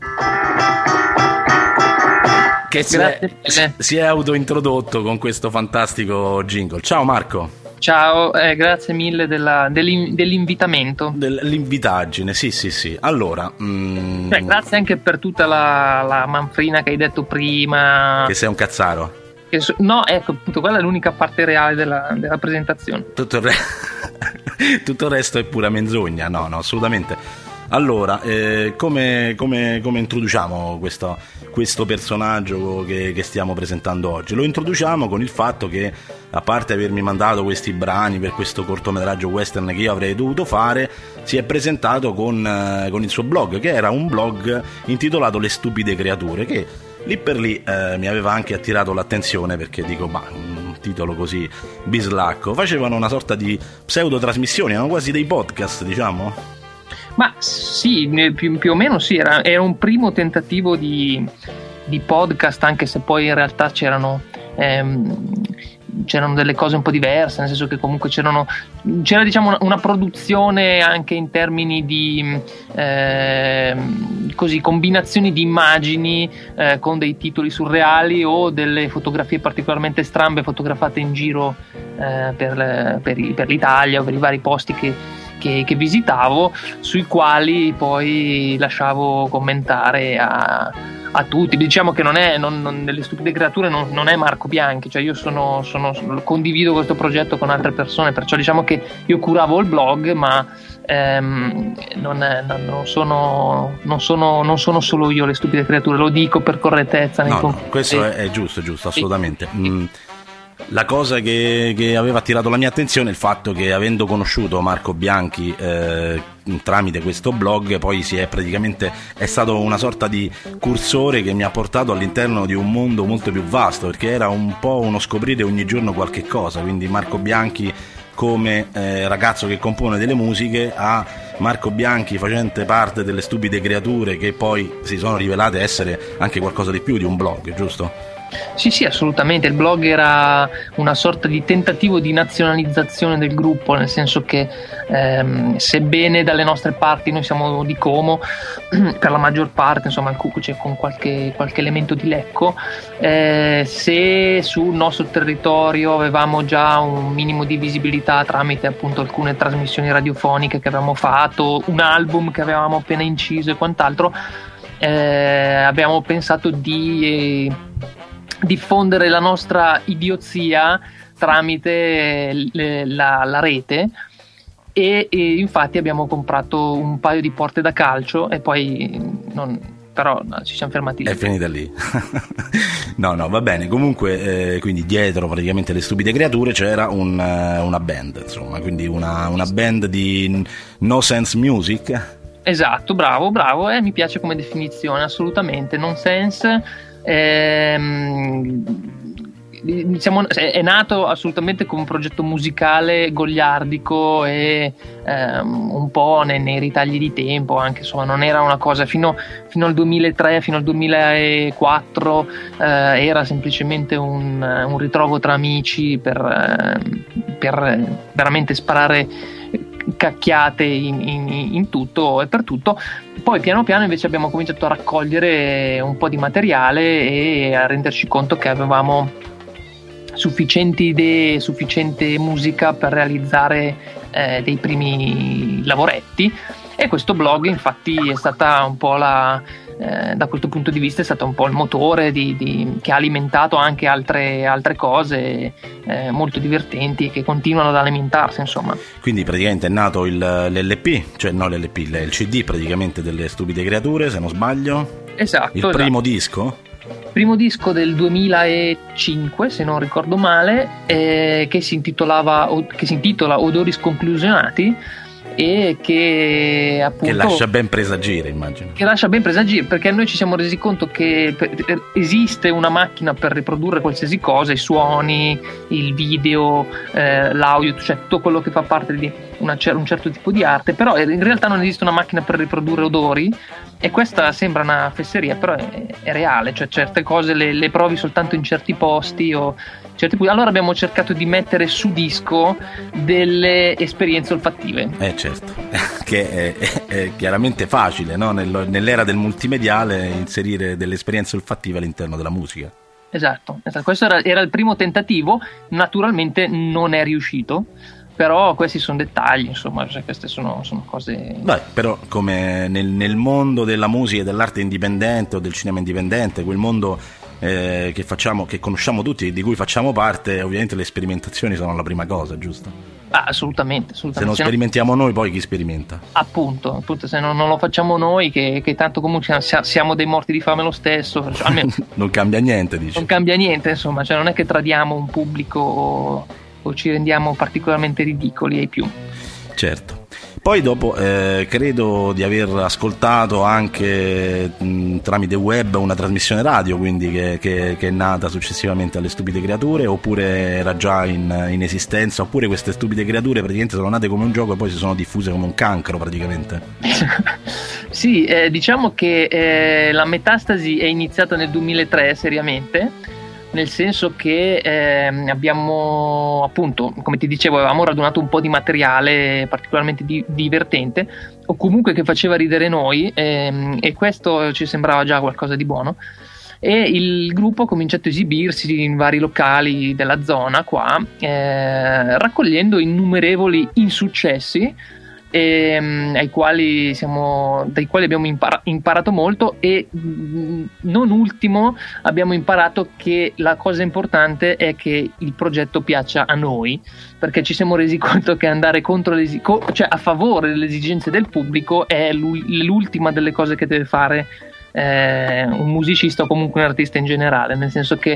che si è autointrodotto con questo fantastico jingle. Ciao Marco. Ciao, grazie mille dell'invitamento. Dell'invitaggine, sì. Allora, grazie anche per tutta la manfrina che hai detto prima. Che sei un cazzaro. No, ecco, appunto, quella è l'unica parte reale della presentazione. Tutto il resto è pura menzogna. No, assolutamente. Allora, come introduciamo questo personaggio che stiamo presentando oggi? Lo introduciamo con il fatto che, a parte avermi mandato questi brani per questo cortometraggio western che io avrei dovuto fare, si è presentato con il suo blog, che era un blog intitolato Le Stupide Creature, che lì per lì mi aveva anche attirato l'attenzione, perché dico, un titolo così bislacco. Facevano una sorta di pseudo trasmissioni, erano quasi dei podcast, diciamo. Ma sì, più o meno sì, era un primo tentativo di di podcast, anche se poi in realtà c'erano delle cose un po' diverse, nel senso che comunque c'era diciamo una produzione anche in termini di così combinazioni di immagini con dei titoli surreali o delle fotografie particolarmente strambe fotografate in giro per l'Italia o per i vari posti che visitavo, sui quali poi lasciavo commentare a tutti. Diciamo che nelle Stupide Creature non è Marco Bianchi, cioè io condivido questo progetto con altre persone, perciò diciamo che io curavo il blog, ma non sono solo io le Stupide Creature, lo dico per correttezza nei confronti. Questo è giusto, assolutamente. La cosa che aveva attirato la mia attenzione è il fatto che, avendo conosciuto Marco Bianchi tramite questo blog, poi è stato una sorta di cursore che mi ha portato all'interno di un mondo molto più vasto, perché era un po' uno scoprire ogni giorno qualche cosa. Quindi Marco Bianchi come ragazzo che compone delle musiche, a Marco Bianchi facente parte delle Stupide Creature, che poi si sono rivelate essere anche qualcosa di più di un blog, giusto? Sì, assolutamente. Il blog era una sorta di tentativo di nazionalizzazione del gruppo, nel senso che sebbene dalle nostre parti noi siamo di Como, per la maggior parte, insomma, c'è con qualche elemento di Lecco, se sul nostro territorio avevamo già un minimo di visibilità tramite appunto alcune trasmissioni radiofoniche che avevamo fatto, un album che avevamo appena inciso e quant'altro, abbiamo pensato di diffondere la nostra idiozia tramite la rete e infatti abbiamo comprato un paio di porte da calcio e poi ci siamo fermati lì. È finita lì. No, va bene. Comunque quindi dietro praticamente le Stupide Creature c'era una band, insomma, quindi una band di No Sense Music. Esatto, bravo, mi piace come definizione, assolutamente. No Sense diciamo, è nato assolutamente come un progetto musicale goliardico e un po' nei ritagli di tempo, anche insomma non era una cosa fino al 2003, fino al 2004 era semplicemente un ritrovo tra amici per veramente sparare cacchiate in tutto e per tutto. Poi piano piano invece abbiamo cominciato a raccogliere un po' di materiale e a renderci conto che avevamo sufficienti idee, sufficiente musica per realizzare dei primi lavoretti, e questo blog infatti è stata un po' da questo punto di vista è stato un po' il motore che ha alimentato anche altre cose molto divertenti che continuano ad alimentarsi, insomma. Quindi praticamente è nato l'LP, cioè no l'LP, il CD praticamente delle Stupide Creature, se non sbaglio. Esatto. Il primo disco? Primo disco del 2005, se non ricordo male, che si intitola Odori Sconclusionati, e che appunto lascia ben presagire, immagino. Che lascia ben presagire, perché noi ci siamo resi conto che esiste una macchina per riprodurre qualsiasi cosa, i suoni, il video, l'audio, cioè tutto quello che fa parte di un certo tipo di arte, però in realtà non esiste una macchina per riprodurre odori, e questa sembra una fesseria, però è reale, cioè certe cose le provi soltanto in certi posti o certi punti. Allora abbiamo cercato di mettere su disco delle esperienze olfattive. Certo, che è chiaramente facile, no? Nell'era del multimediale inserire delle esperienze olfattive all'interno della musica. Esatto. Questo era il primo tentativo, naturalmente non è riuscito, però questi sono dettagli, insomma, cioè queste sono cose. Beh, però come nel mondo della musica e dell'arte indipendente o del cinema indipendente, quel mondo che conosciamo tutti e di cui facciamo parte, ovviamente le sperimentazioni sono la prima cosa, giusto? Assolutamente. Se non sperimentiamo noi, poi chi sperimenta? Appunto, se non lo facciamo noi, che tanto comunque siamo dei morti di fame lo stesso, cioè, almeno non cambia niente, dici? Non cambia niente, insomma, cioè non è che tradiamo un pubblico o ci rendiamo particolarmente ridicoli ai più. Certo. Poi dopo credo di aver ascoltato anche tramite web una trasmissione radio, quindi che è nata successivamente alle Stupide Creature, oppure era già in esistenza, oppure queste Stupide Creature praticamente sono nate come un gioco e poi si sono diffuse come un cancro praticamente. Sì, diciamo che la Metastasi è iniziata nel 2003 seriamente, nel senso che abbiamo, appunto, come ti dicevo, avevamo radunato un po' di materiale particolarmente divertente, o comunque che faceva ridere noi, e questo ci sembrava già qualcosa di buono, e il gruppo ha cominciato a esibirsi in vari locali della zona qua, raccogliendo innumerevoli insuccessi, dai quali abbiamo imparato molto, e non ultimo abbiamo imparato che la cosa importante è che il progetto piaccia a noi, perché ci siamo resi conto che andare contro cioè a favore delle esigenze del pubblico è l'ultima delle cose che deve fare un musicista o comunque un artista in generale, nel senso che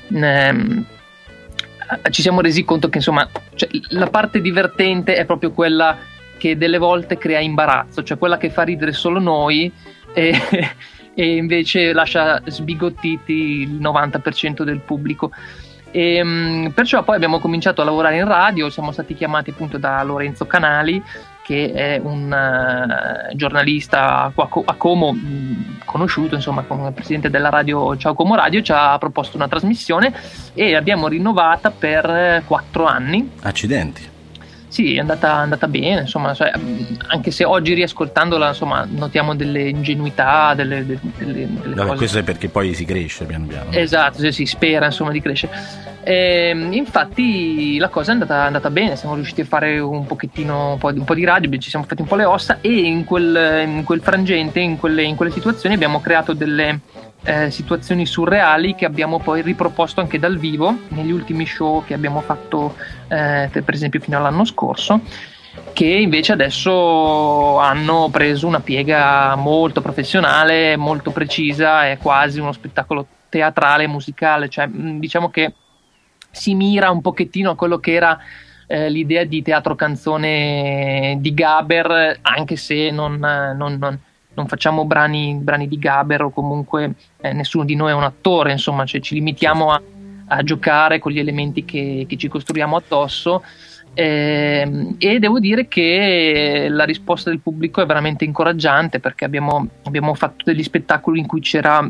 ci siamo resi conto che insomma, cioè, la parte divertente è proprio quella che delle volte crea imbarazzo, cioè quella che fa ridere solo noi e invece lascia sbigottiti il 90% del pubblico. E perciò poi abbiamo cominciato a lavorare in radio, siamo stati chiamati appunto da Lorenzo Canali, che è un giornalista a Como, conosciuto insomma come presidente della radio Ciao Como Radio, ci ha proposto una trasmissione e l'abbiamo rinnovata per 4 anni. Accidenti. Sì, è andata bene, insomma, cioè, anche se oggi riascoltandola, insomma, notiamo delle ingenuità, delle cose. Questo è perché poi si cresce piano piano. Esatto, si spera insomma di crescere. Infatti la cosa è andata bene, siamo riusciti a fare un po' di radio, ci siamo fatti un po' le ossa, e in quel frangente, in quelle situazioni abbiamo creato delle situazioni surreali che abbiamo poi riproposto anche dal vivo negli ultimi show che abbiamo fatto, per esempio fino all'anno scorso, che invece adesso hanno preso una piega molto professionale, molto precisa, è quasi uno spettacolo teatrale, musicale, cioè diciamo che si mira un pochettino a quello che era l'idea di teatro canzone di Gaber, anche se non facciamo brani di Gaber, o comunque nessuno di noi è un attore, insomma, cioè ci limitiamo a giocare con gli elementi che ci costruiamo addosso, e devo dire che la risposta del pubblico è veramente incoraggiante, perché abbiamo fatto degli spettacoli in cui c'era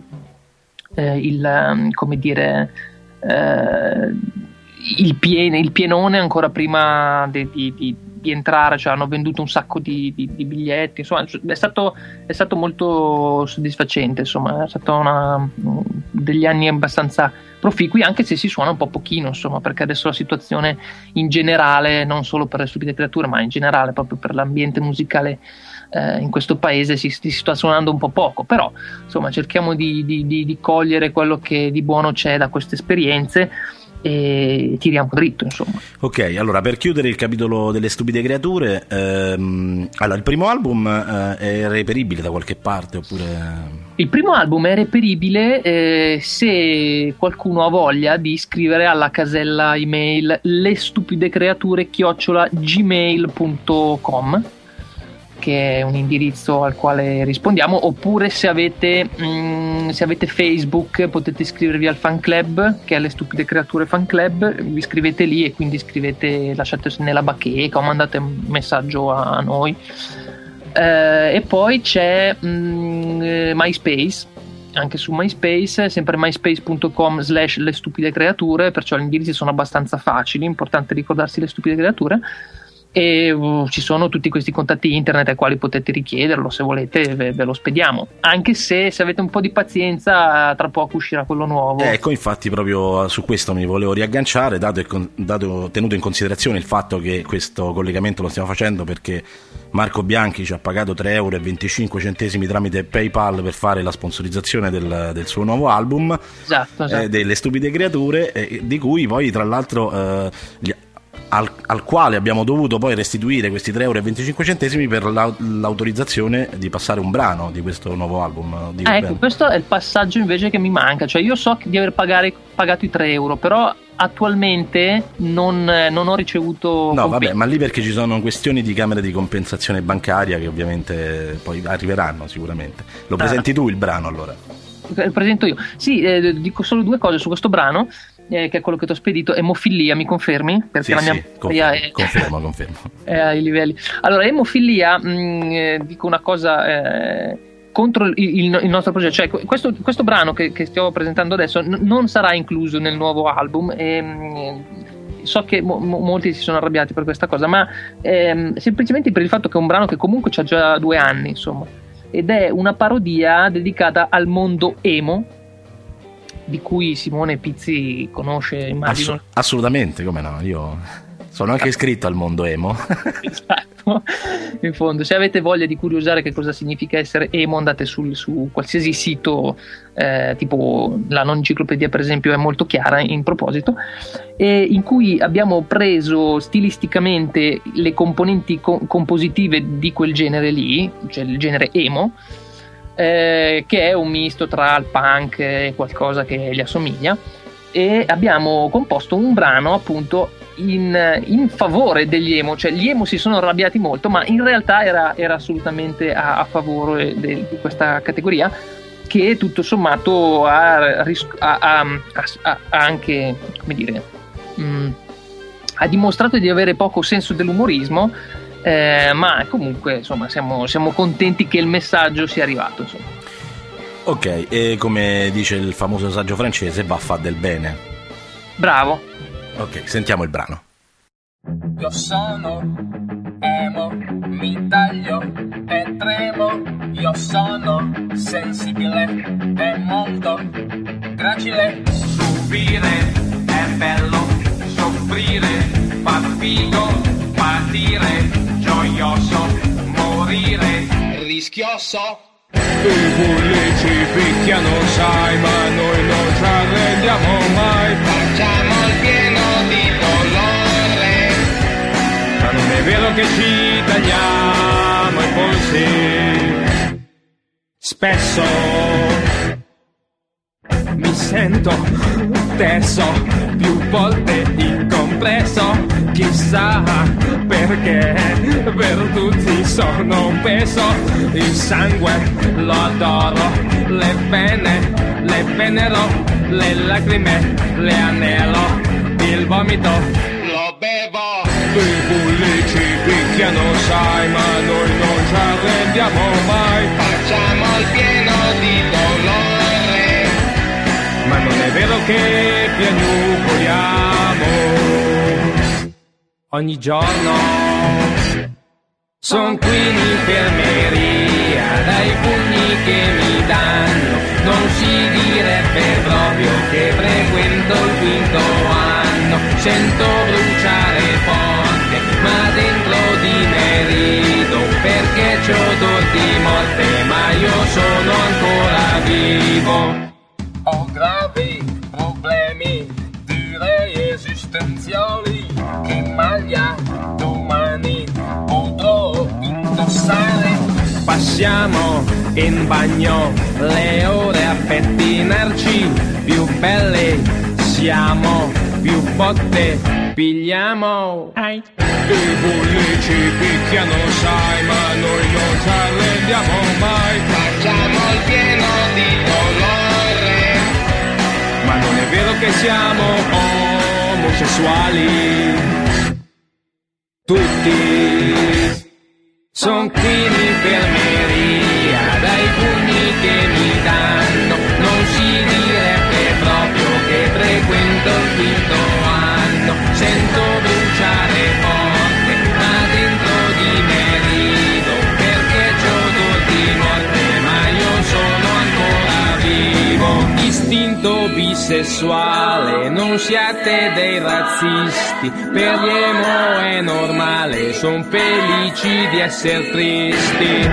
il pienone ancora prima di entrare, cioè hanno venduto un sacco di biglietti, insomma è stato molto soddisfacente, insomma è stato degli anni abbastanza proficui, anche se si suona un po' pochino, insomma, perché adesso la situazione in generale, non solo per le Stupide Creature ma in generale proprio per l'ambiente musicale in questo paese si sta suonando un po' poco, però insomma cerchiamo di cogliere quello che di buono c'è da queste esperienze e tiriamo dritto, insomma. Ok, allora per chiudere il capitolo delle Stupide Creature, allora il primo album è reperibile da qualche parte oppure? Il primo album è reperibile se qualcuno ha voglia di scrivere alla casella email lestupidecreature@gmail.com, che è un indirizzo al quale rispondiamo, oppure se avete Facebook potete iscrivervi al fan club, che è le Stupide Creature Fan Club, vi iscrivete lì e quindi lasciate nella bacheca o mandate un messaggio a noi, e poi c'è MySpace, anche su MySpace, sempre myspace.com/le stupide creature, perciò gli indirizzi sono abbastanza facili, importante ricordarsi le Stupide Creature. E ci sono tutti questi contatti internet ai quali potete richiederlo, se volete ve lo spediamo, anche se avete un po' di pazienza tra poco uscirà quello nuovo. Ecco, infatti proprio su questo mi volevo riagganciare, tenuto in considerazione il fatto che questo collegamento lo stiamo facendo perché Marco Bianchi ci ha pagato 3,25 euro tramite PayPal per fare la sponsorizzazione del suo nuovo album, esatto. Delle Stupide Creature, di cui poi tra l'altro al quale abbiamo dovuto poi restituire questi 3,25 euro per l'autorizzazione di passare un brano di questo nuovo album ecco, questo è il passaggio invece che mi manca, cioè io so di aver pagato i 3 euro, però attualmente non ho ricevuto No, compensi. vabbè, ma lì perché ci sono questioni di camere di compensazione bancaria che ovviamente poi arriveranno sicuramente. Lo presenti tu il brano allora? Presento io. Sì, dico solo due cose su questo brano, che è quello che ti ho spedito. Emofilia, mi confermi? Perché Sì, la mia sì, memoria confermo. è ai livelli. Allora, emofilia, dico una cosa contro il nostro progetto. Cioè, questo brano che stiamo presentando adesso non sarà incluso nel nuovo album. So che molti si sono arrabbiati per questa cosa, ma semplicemente per il fatto che è un brano che comunque c'ha già 2 anni, insomma, ed è una parodia dedicata al mondo emo, di cui Simone Pizzi conosce, immagino. Assolutamente, come no, io sono anche iscritto al mondo emo. Esatto, in fondo, se avete voglia di curiosare che cosa significa essere emo, andate su qualsiasi sito, tipo la non enciclopedia per esempio è molto chiara in proposito, e in cui abbiamo preso stilisticamente le componenti compositive di quel genere lì, cioè il genere emo, che è un misto tra il punk e qualcosa che gli assomiglia, e abbiamo composto un brano appunto in favore degli emo. Cioè gli emo si sono arrabbiati molto, ma in realtà era assolutamente a favore di questa categoria, che tutto sommato ha anche, come dire, ha dimostrato di avere poco senso dell'umorismo, ma comunque insomma siamo contenti che il messaggio sia arrivato, insomma. Ok, e come dice il famoso saggio francese, va a fa del bene. Bravo. Ok, sentiamo il brano. Io sono emo, mi taglio e tremo. Io sono sensibile e molto gracile. Subire è bello, soffrire fa figo, patire gioioso, morire rischioso. I bulli ci picchiano, sai, ma noi non ci arrendiamo mai. Facciamo il pieno di dolore, Ma non è vero che ci tagliamo i polsi. Spesso mi sento teso, più volte incompreso. Chissà perché per tutti sono un peso. Il sangue lo adoro, le pene le venero, le lacrime le anelo, il vomito lo bevo. I bulli ci picchiano, sai, ma noi non ci arrendiamo mai. Facciamo il pieno di dolore, Ma non è vero che piagnucoliamo ogni giorno. Son qui in infermeria, dai pugni che mi danno. Non si direbbe proprio che frequento il 5º anno. Sento bruciare forte, ma dentro di me rido, perché c'ho odor di morte, ma io sono ancora vivo. ho gravi problemi, direi esistenziali, che maglia domani potrò indossare. Passiamo in bagno le ore a pettinarci, più belle siamo, più botte pigliamo. I bulli ci picchiano, sai, ma noi non ci arrendiamo mai. Facciamo il pieno di dolore, Ma non è vero che siamo omosessuali. Tutti son qui in infermeria, dai pugni che mi danno. Non si direbbe proprio che frequento il 5º anno. Sento bruciare forte, ma dentro di me rido, perché c'ho odor di morte, ma io sono ancora vivo. Istinto bisessuale, non siate dei razzisti, per gli emo è normale, son felici di essere tristi.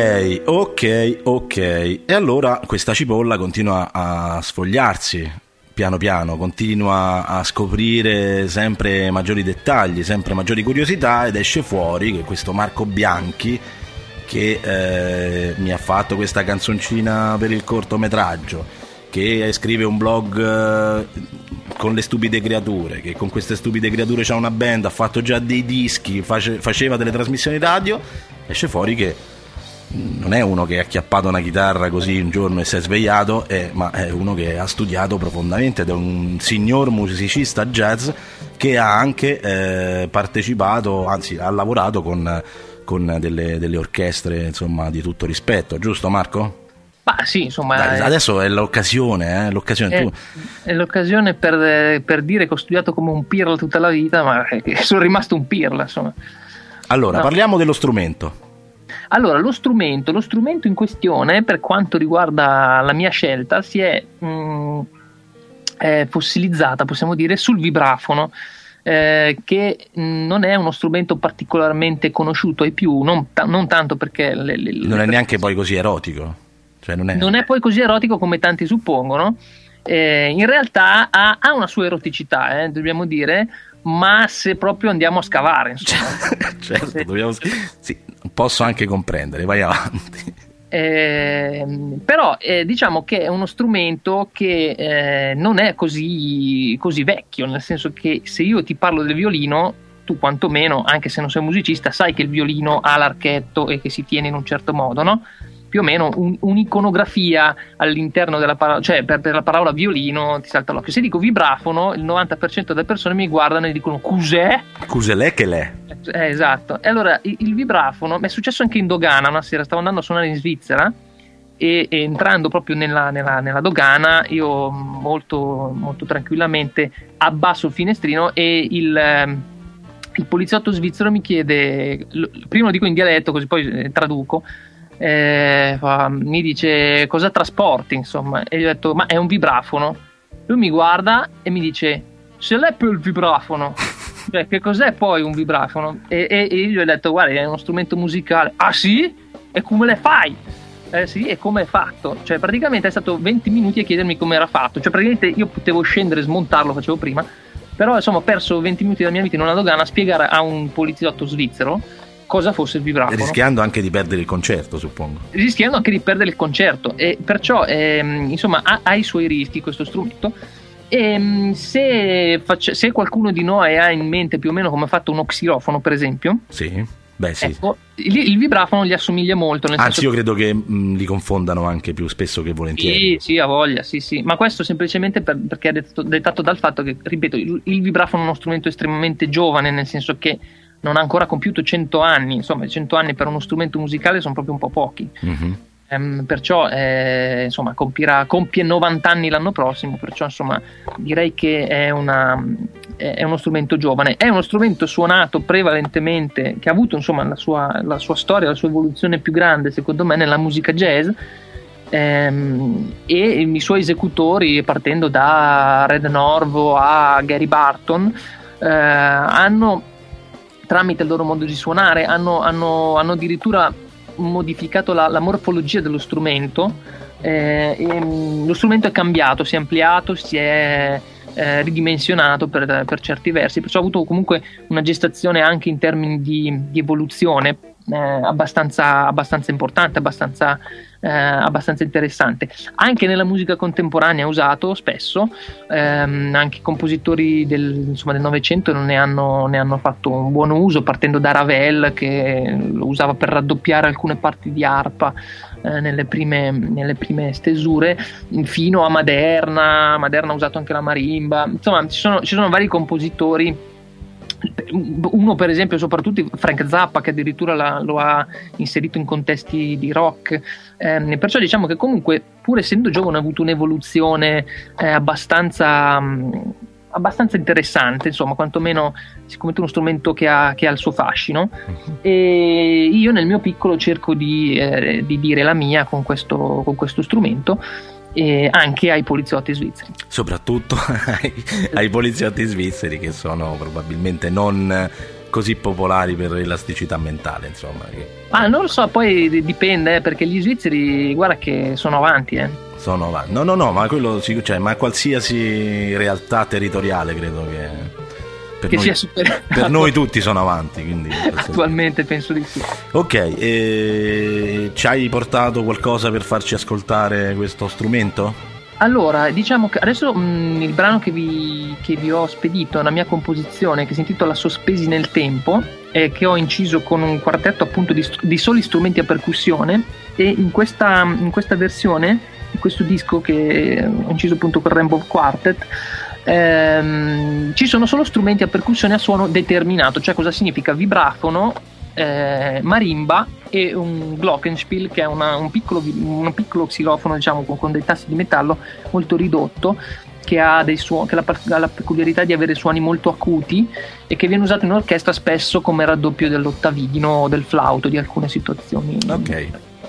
Ok. E allora questa cipolla continua a sfogliarsi, piano piano continua a scoprire sempre maggiori dettagli, sempre maggiori curiosità, ed esce fuori che questo Marco Bianchi, che mi ha fatto questa canzoncina per il cortometraggio, che scrive un blog con le stupide creature, che con queste stupide creature c'ha una band, ha fatto già dei dischi, faceva delle trasmissioni radio, esce fuori che non è uno che ha acchiappato una chitarra così un giorno e si è svegliato, ma è uno che ha studiato profondamente ed è un signor musicista jazz che ha anche partecipato, anzi ha lavorato con delle orchestre, insomma, di tutto rispetto, giusto Marco? Ma sì, insomma, adesso è l'occasione, è l'occasione per dire che ho studiato come un pirla tutta la vita, ma che sono rimasto un pirla, insomma. Allora, parliamo dello strumento. Allora, lo strumento in questione, per quanto riguarda la mia scelta, si è fossilizzata, possiamo dire, sul vibrafono, che non è uno strumento particolarmente conosciuto ai più, non tanto perché non è neanche poi così erotico. Cioè non è poi così erotico come tanti suppongono. In realtà ha una sua eroticità, dobbiamo dire, ma se proprio andiamo a scavare, insomma. Certo, sì, posso anche comprendere, vai avanti. Però diciamo che è uno strumento che non è così vecchio, nel senso che se io ti parlo del violino, tu quantomeno, anche se non sei musicista, sai che il violino ha l'archetto e che si tiene in un certo modo, no? Più o meno un'iconografia all'interno della parola, cioè per la parola violino ti salta l'occhio. Se dico vibrafono, il 90% delle persone mi guardano e dicono cos'è? Cos'è che l'è? Esatto. E allora il vibrafono, mi è successo anche in dogana una sera, stavo andando a suonare in Svizzera e entrando proprio nella dogana io molto, molto tranquillamente abbasso il finestrino e il poliziotto svizzero mi chiede, prima lo dico in dialetto così poi traduco, mi dice cosa trasporti, insomma, e gli ho detto ma è un vibrafono. Lui mi guarda e mi dice se l'è per il vibrafono, cioè che cos'è poi un vibrafono? E io gli ho detto guarda è uno strumento musicale. Ah sì? E come le fai? Sì, e come è fatto? Cioè praticamente è stato 20 minuti a chiedermi come era fatto, cioè praticamente io potevo scendere e smontarlo, facevo prima, però insomma ho perso 20 minuti della mia vita in una dogana a spiegare a un poliziotto svizzero cosa fosse il vibrafono, rischiando anche di perdere il concerto, suppongo. Rischiando anche di perdere il concerto, e perciò insomma ha i suoi rischi questo strumento. E se qualcuno di noi ha in mente più o meno come è fatto uno xilofono, per esempio, sì, beh sì, ecco, il vibrafono gli assomiglia molto, anzi io credo che li confondano anche più spesso che volentieri. Sì, ha voglia, sì, ma questo semplicemente perché è dettato dal fatto che, ripeto, il vibrafono è uno strumento estremamente giovane, nel senso che non ha ancora compiuto 100 anni, insomma 100 anni per uno strumento musicale sono proprio un po' pochi. Perciò insomma compie 90 anni l'anno prossimo, perciò insomma direi che è uno strumento giovane, è uno strumento suonato prevalentemente, che ha avuto insomma la sua storia, la sua evoluzione più grande secondo me nella musica jazz, e i suoi esecutori, partendo da Red Norvo a Gary Barton, hanno, tramite il loro modo di suonare, hanno addirittura modificato la morfologia dello strumento, e lo strumento è cambiato, si è ampliato, si è ridimensionato per certi versi, perciò ha avuto comunque una gestazione anche in termini di evoluzione abbastanza importante, abbastanza interessante. Anche nella musica contemporanea è usato spesso, anche compositori del Novecento ne hanno fatto un buon uso, partendo da Ravel, che lo usava per raddoppiare alcune parti di arpa nelle prime stesure, fino a Maderna ha usato anche la marimba, insomma ci sono vari compositori. Uno per esempio, soprattutto Frank Zappa, che addirittura lo ha inserito in contesti di rock, perciò diciamo che comunque, pur essendo giovane, ha avuto un'evoluzione abbastanza interessante, insomma, quantomeno sicuramente uno strumento che ha il suo fascino, e io nel mio piccolo cerco di dire la mia con questo strumento, e anche ai poliziotti svizzeri, soprattutto ai poliziotti svizzeri, che sono probabilmente non così popolari per elasticità mentale, insomma. Non lo so, poi dipende, perché gli svizzeri guarda che sono avanti, sono avanti. No, ma quello cioè, ma qualsiasi realtà territoriale credo che sia super... per noi tutti sono avanti, quindi attualmente penso di sì. Ok, ci hai portato qualcosa per farci ascoltare questo strumento? Allora, diciamo che adesso il brano che vi ho spedito è una mia composizione che si intitola Sospesi nel tempo, che ho inciso con un quartetto appunto di soli strumenti a percussione, e in questa versione, in questo disco che ho inciso appunto con Rainbow Quartet, ci sono solo strumenti a percussione a suono determinato. Cioè, cosa significa? Vibrafono, marimba e un glockenspiel, che è un piccolo xilofono, diciamo, con dei tasti di metallo molto ridotto, che ha la peculiarità di avere suoni molto acuti e che viene usato in orchestra spesso come raddoppio dell'ottavino o del flauto di alcune situazioni. Ok.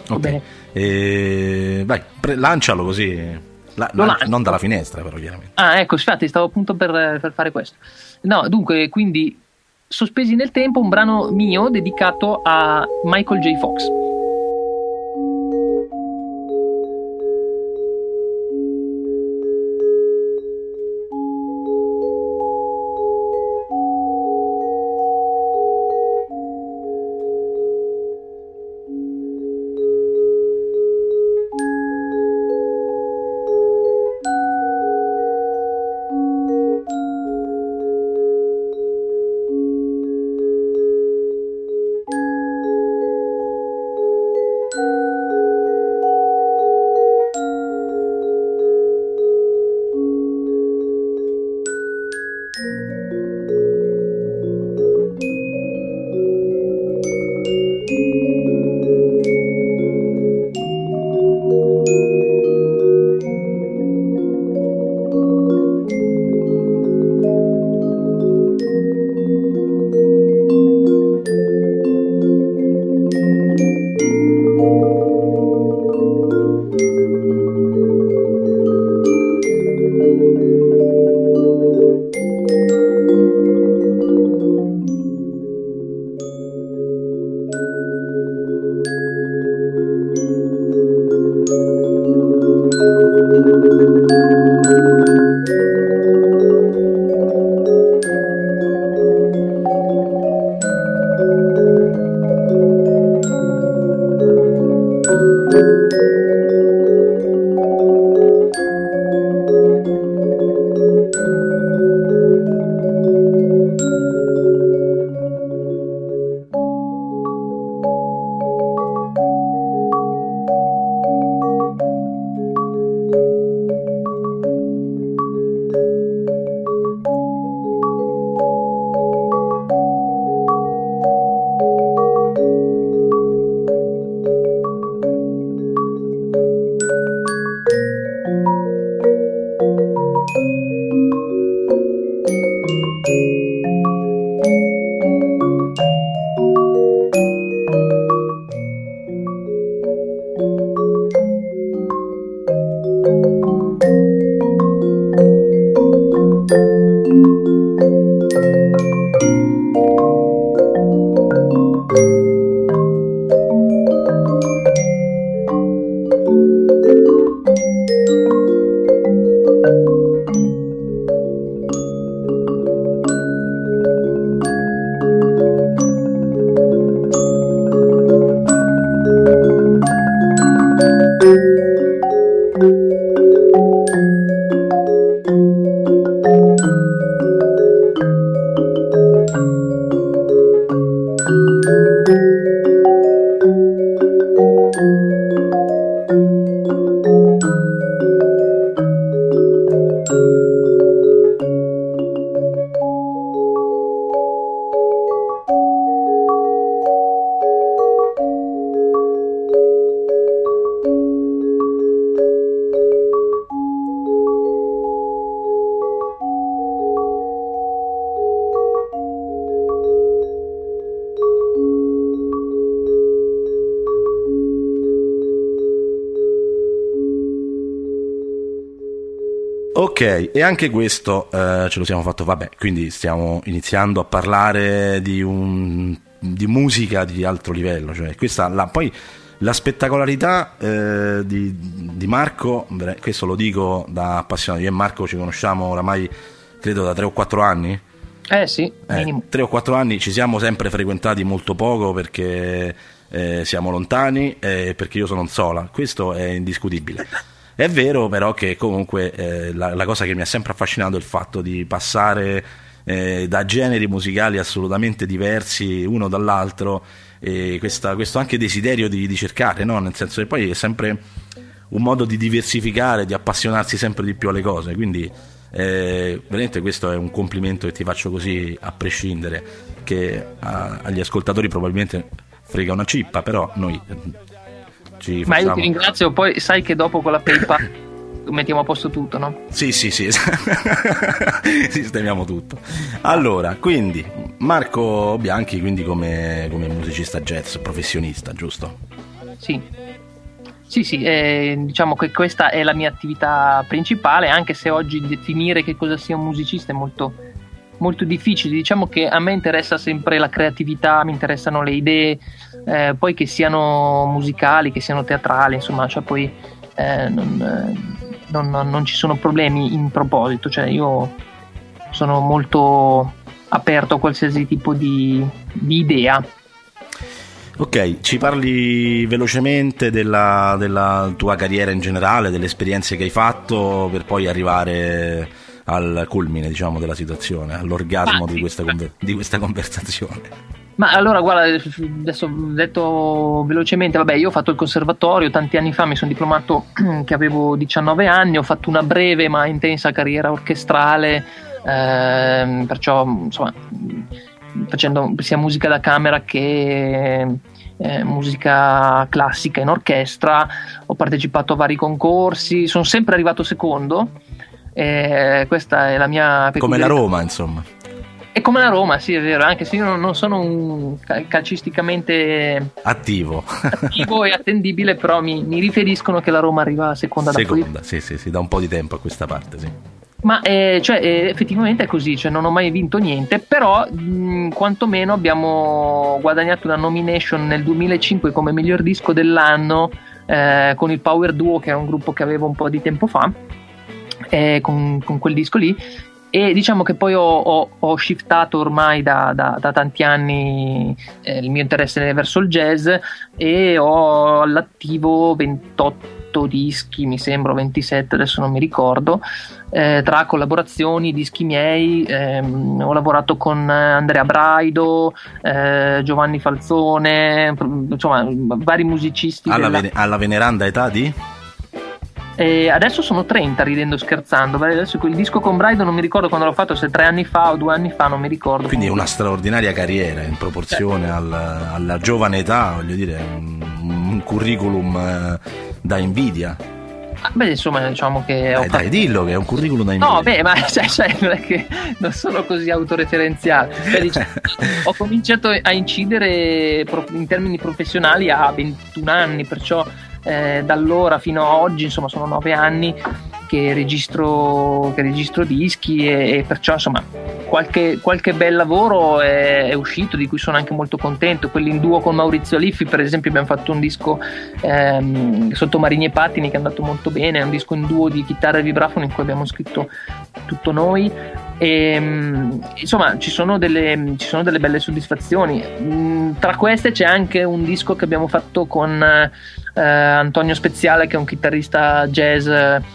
Vai, lancialo così. Non dalla finestra, però, chiaramente. Ecco, infatti stavo appunto per fare questo. No, dunque, quindi Sospesi nel tempo, un brano mio dedicato a Michael J. Fox. Ok, e anche questo ce lo siamo fatto, vabbè, quindi stiamo iniziando a parlare di musica di alto livello, cioè questa poi La spettacolarità di Marco, questo lo dico da appassionato, io e Marco ci conosciamo oramai credo da 3 o 4 anni. Sì, minimo. 3 o 4 anni, ci siamo sempre frequentati molto poco perché siamo lontani e perché io sono in Sola, questo è indiscutibile. È vero però che comunque la cosa che mi ha sempre affascinato è il fatto di passare da generi musicali assolutamente diversi uno dall'altro, e questo anche desiderio di cercare, no? Nel senso che poi è sempre un modo di diversificare, di appassionarsi sempre di più alle cose, quindi veramente questo è un complimento che ti faccio così a prescindere, che agli ascoltatori probabilmente frega una cippa, però noi ci facciamo... Ma io ti ringrazio, poi sai che dopo con la PayPal mettiamo a posto tutto, no? Sì, sistemiamo tutto. Allora, quindi Marco Bianchi, quindi come musicista jazz professionista, giusto? Sì, diciamo che questa è la mia attività principale, anche se oggi definire che cosa sia un musicista è molto, molto difficile. Diciamo che a me interessa sempre la creatività, mi interessano le idee, poi che siano musicali, che siano teatrali, insomma, cioè poi non ci sono problemi in proposito, cioè io sono molto aperto a qualsiasi tipo di idea. Ok, ci parli velocemente della tua carriera in generale, delle esperienze che hai fatto per poi arrivare al culmine, diciamo, della situazione, all'orgasmo di questa conversazione. Ma allora guarda, adesso detto velocemente, vabbè, io ho fatto il conservatorio tanti anni fa, mi sono diplomato che avevo 19 anni, ho fatto una breve ma intensa carriera orchestrale, perciò insomma facendo sia musica da camera che musica classica in orchestra, ho partecipato a vari concorsi, sono sempre arrivato secondo, questa è la mia peculiarità. Come la Roma, insomma. E come la Roma, sì, è vero, anche se io non sono un calcisticamente attivo e attendibile, però mi riferiscono che la Roma arriva seconda. Sì, da un po' di tempo a questa parte, sì. Ma effettivamente è così, cioè non ho mai vinto niente, però quantomeno abbiamo guadagnato una nomination nel 2005 come miglior disco dell'anno con il Power Duo, che è un gruppo che avevo un po' di tempo fa, con quel disco lì. E diciamo che poi ho shiftato ormai da tanti anni il mio interesse verso il jazz, e ho all'attivo 28 dischi, mi sembra 27, adesso non mi ricordo, tra collaborazioni, dischi miei. Ho lavorato con Andrea Braido, Giovanni Falzone, insomma vari musicisti alla veneranda età di? Adesso sono 30, ridendo e scherzando. Adesso quel disco con Braido non mi ricordo quando l'ho fatto, se 3 anni fa o 2 anni fa, non mi ricordo. Quindi è una straordinaria carriera in proporzione alla giovane età, voglio dire, un curriculum da invidia. Beh, insomma, diciamo che dai, dillo che è un curriculum da invidia. No, beh, ma non è che non sono così autoreferenziale. Ho cominciato a incidere in termini professionali a 21 anni, perciò da allora fino a oggi, insomma, sono 9 anni che registro dischi, e perciò insomma qualche bel lavoro è uscito, di cui sono anche molto contento. Quelli in duo con Maurizio Liffi, per esempio, abbiamo fatto un disco sotto Marini e Pattini che è andato molto bene, è un disco in duo di chitarra e vibrafono in cui abbiamo scritto tutto noi, e insomma ci sono delle belle soddisfazioni. Tra queste c'è anche un disco che abbiamo fatto con Antonio Speziale, che è un chitarrista jazz,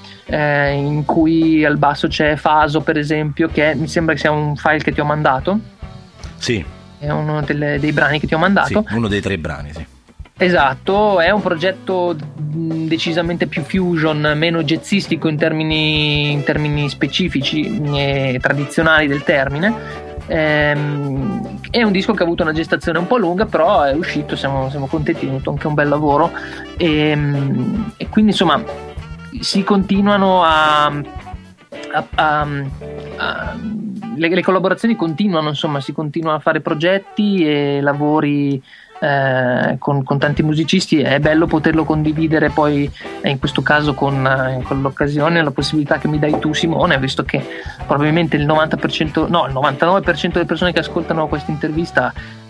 in cui al basso c'è Faso, per esempio, che mi sembra che sia un file che ti ho mandato. Sì, è uno dei brani che ti ho mandato. Sì, uno dei 3 brani, sì. Esatto, è un progetto decisamente più fusion, meno jazzistico in termini specifici e tradizionali del termine. È un disco che ha avuto una gestazione un po' lunga, però è uscito, siamo contenti, è venuto anche un bel lavoro, e quindi insomma si continuano le collaborazioni continuano, insomma si continuano a fare progetti e lavori con tanti musicisti. È bello poterlo condividere poi in questo caso con l'occasione, la possibilità che mi dai tu, Simone, visto che probabilmente il 99% delle persone che ascoltano questa intervista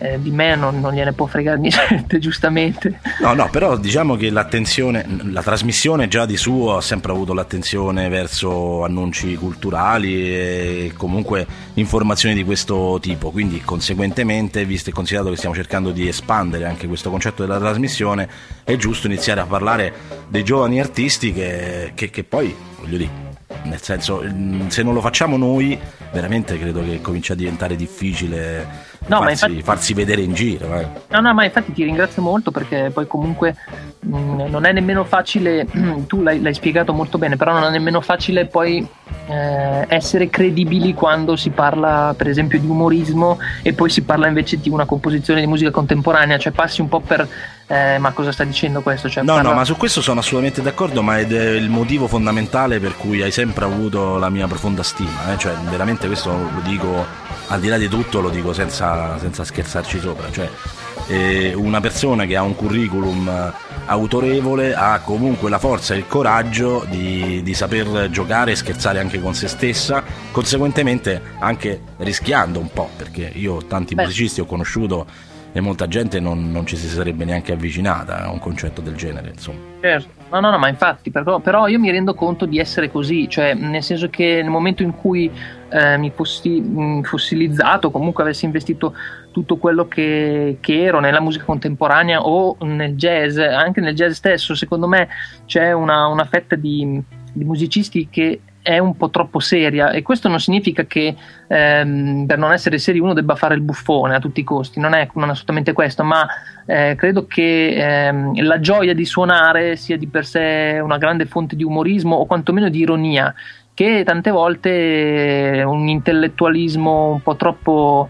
di me non gliene può fregare niente, giustamente. No, però diciamo che la trasmissione già di suo ha sempre avuto l'attenzione verso annunci culturali e comunque informazioni di questo tipo, quindi conseguentemente, visto e considerato che stiamo cercando di espandere anche questo concetto della trasmissione, è giusto iniziare a parlare dei giovani artisti che poi, voglio dire, nel senso, se non lo facciamo noi veramente credo che comincia a diventare difficile farsi vedere in giro. No, ma infatti ti ringrazio molto, perché poi comunque non è nemmeno facile, tu l'hai spiegato molto bene, però non è nemmeno facile poi essere credibili quando si parla per esempio di umorismo e poi si parla invece di una composizione di musica contemporanea, cioè passi un po' per ma cosa sta dicendo questo? Cioè, no, ma su questo sono assolutamente d'accordo, ma ed è il motivo fondamentale per cui hai sempre avuto la mia profonda stima, cioè veramente questo lo dico, al di là di tutto lo dico senza scherzarci sopra, cioè una persona che ha un curriculum autorevole ha comunque la forza e il coraggio di saper giocare e scherzare anche con se stessa, conseguentemente anche rischiando un po', perché io tanti musicisti ho conosciuto e molta gente non ci si sarebbe neanche avvicinata a un concetto del genere, insomma. Certo, no, ma infatti, però io mi rendo conto di essere così, cioè nel senso che nel momento in cui mi fossi fossilizzato, comunque avessi investito tutto quello che ero nella musica contemporanea o nel jazz, anche nel jazz stesso, secondo me c'è una fetta di musicisti che è un po' troppo seria, e questo non significa che per non essere seri uno debba fare il buffone a tutti i costi, non è assolutamente questo, ma credo che la gioia di suonare sia di per sé una grande fonte di umorismo o quantomeno di ironia, che tante volte un intellettualismo un po' troppo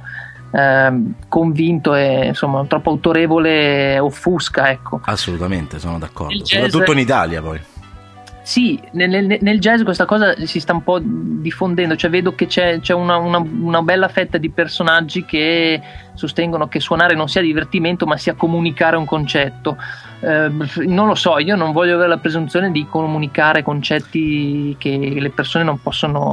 convinto e insomma troppo autorevole offusca, ecco. Assolutamente, sono d'accordo, soprattutto in Italia poi. Sì, nel jazz questa cosa si sta un po' diffondendo, cioè vedo che c'è una bella fetta di personaggi che sostengono che suonare non sia divertimento ma sia comunicare un concetto. Non lo so, io non voglio avere la presunzione di comunicare concetti che le persone non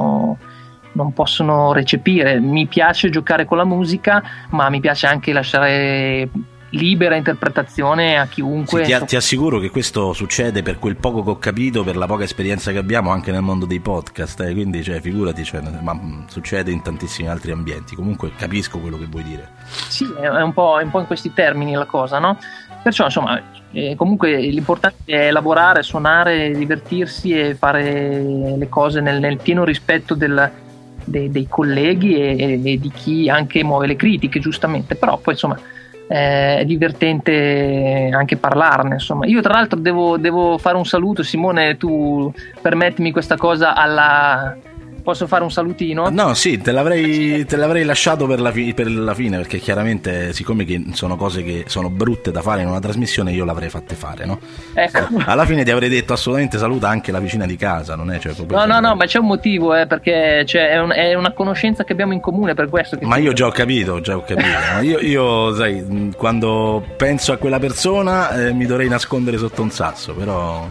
possono recepire. Mi piace giocare con la musica, ma mi piace anche lasciare libera interpretazione a chiunque. Sì, ti assicuro che questo succede, per quel poco che ho capito, per la poca esperienza che abbiamo anche nel mondo dei podcast, quindi cioè, figurati, ma succede in tantissimi altri ambienti. Comunque capisco quello che vuoi dire. Sì, è un po' in questi termini la cosa, no? Perciò insomma comunque l'importante è lavorare, suonare, divertirsi e fare le cose nel pieno rispetto dei colleghi e di chi anche muove le critiche, giustamente, però poi insomma è divertente anche parlarne, insomma. Io tra l'altro devo fare un saluto, Simone, tu permettimi questa cosa posso fare un salutino? No, sì, te l'avrei lasciato per la fine, perché chiaramente, siccome che sono cose che sono brutte da fare in una trasmissione, io l'avrei fatte fare, no? Ecco. Alla fine ti avrei detto assolutamente saluta anche la vicina di casa, non è? Cioè, no, ma c'è un motivo, perché è una conoscenza che abbiamo in comune, per questo che ma io già ho capito. io sai, quando penso a quella persona mi dovrei nascondere sotto un sasso, però...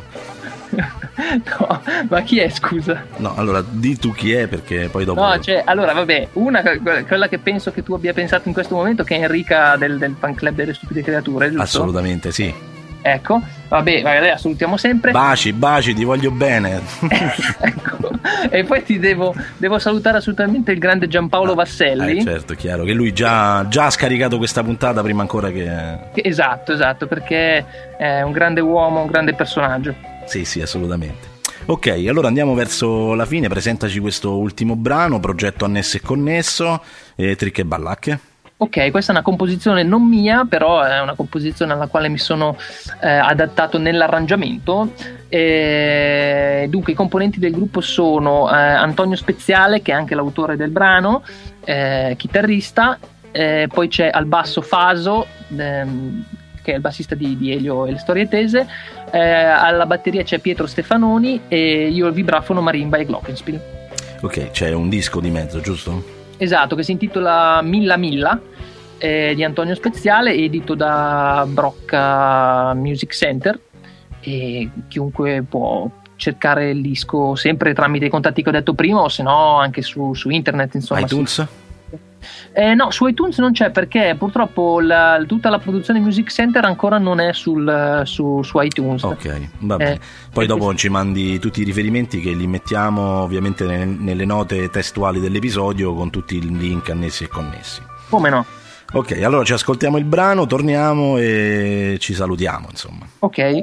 No, ma chi è, scusa? No, allora di tu chi è, perché poi dopo... No, cioè, allora vabbè, quella che penso che tu abbia pensato in questo momento, che è Enrica del fan club delle stupide creature, giusto? Assolutamente sì. Ecco, vabbè, magari la salutiamo sempre. Baci, ti voglio bene. Ecco. E poi ti devo salutare assolutamente il grande Giampaolo Vasselli. Certo, chiaro, che lui già ha scaricato questa puntata prima ancora che... Esatto, perché è un grande uomo, un grande personaggio. Sì, assolutamente. Ok, allora andiamo verso la fine. Presentaci questo ultimo brano, progetto annesso e connesso, Trick e Ballacche. Ok, questa è una composizione non mia, però è una composizione alla quale mi sono adattato nell'arrangiamento. Dunque i componenti del gruppo sono Antonio Speziale, che è anche l'autore del brano, chitarrista, poi c'è al basso Faso, che è il bassista di Elio e le Storie Tese, alla batteria c'è Pietro Stefanoni e io al vibrafono, marimba e glockenspiel. Ok, c'è un disco di mezzo, giusto? Esatto, che si intitola Milla Milla, di Antonio Speziale, edito da Brocca Music Center, e chiunque può cercare il disco sempre tramite i contatti che ho detto prima, o se no anche su internet, insomma. iTunes? No, su iTunes non c'è, perché purtroppo tutta la produzione Music Center ancora non è su iTunes. Ok, va bene. Poi dopo ci mandi tutti i riferimenti, che li mettiamo ovviamente nelle note testuali dell'episodio, con tutti i link annessi e connessi. Come no? Ok, allora ci ascoltiamo il brano, torniamo e ci salutiamo, insomma. Ok.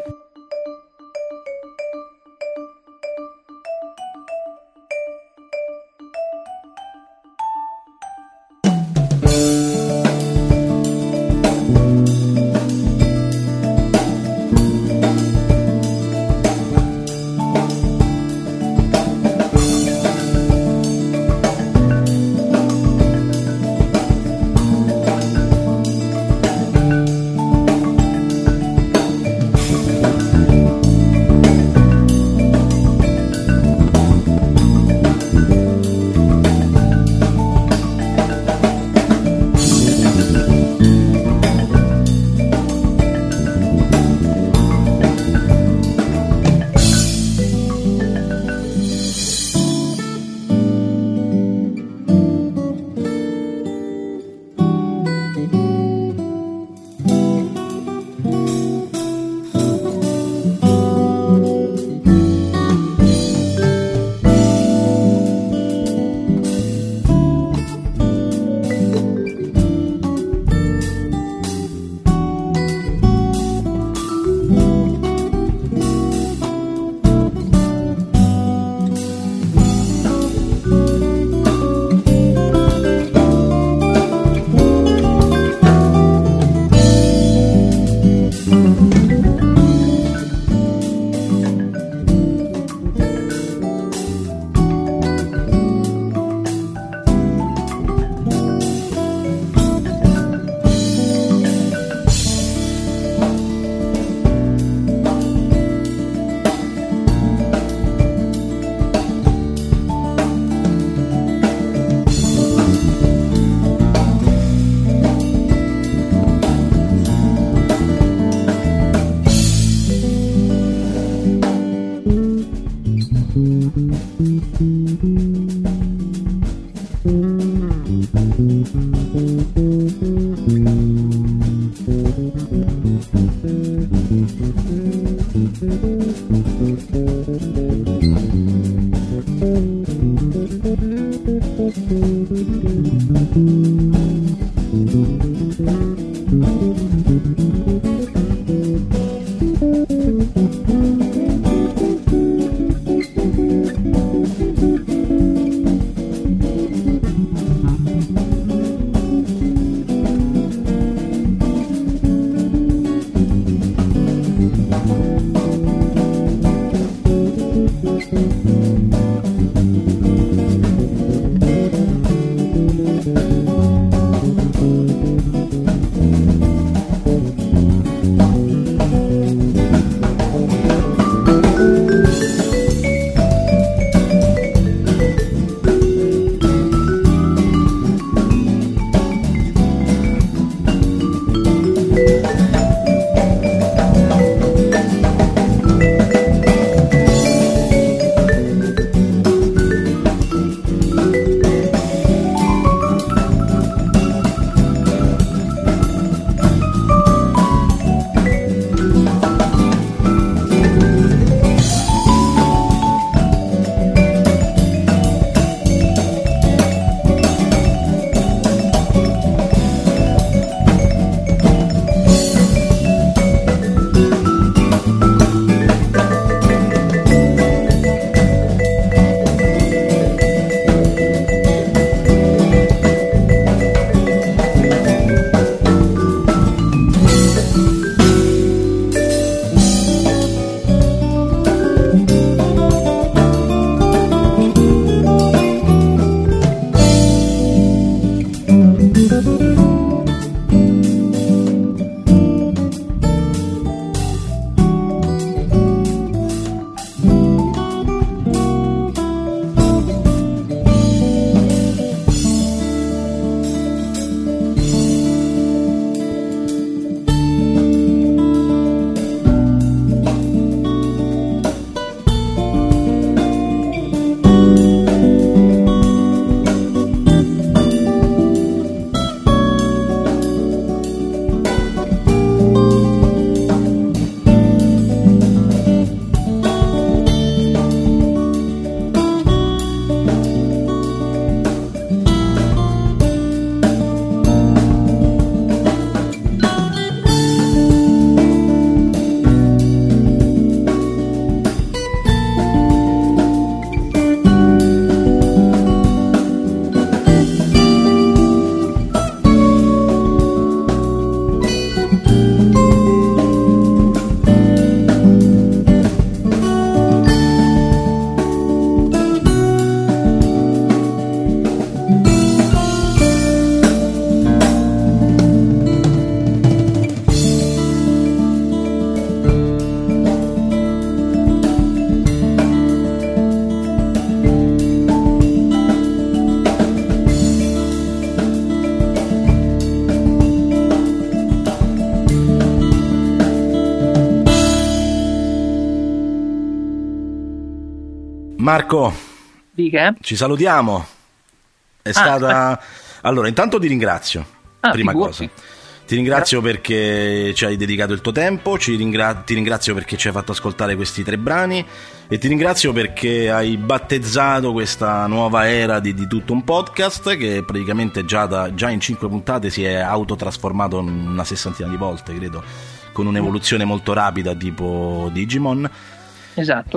Marco, Dica. ci salutiamo. È stata... Allora, intanto ti ringrazio, prima figurati. cosa. Ti ringrazio perché ci hai dedicato il tuo tempo, ti ringrazio perché ci hai fatto ascoltare questi 3 brani e ti ringrazio perché hai battezzato questa nuova era di tutto un podcast che praticamente già in 5 puntate si è autotrasformato una 60ina di volte, credo, con un'evoluzione molto rapida tipo Digimon. Esatto.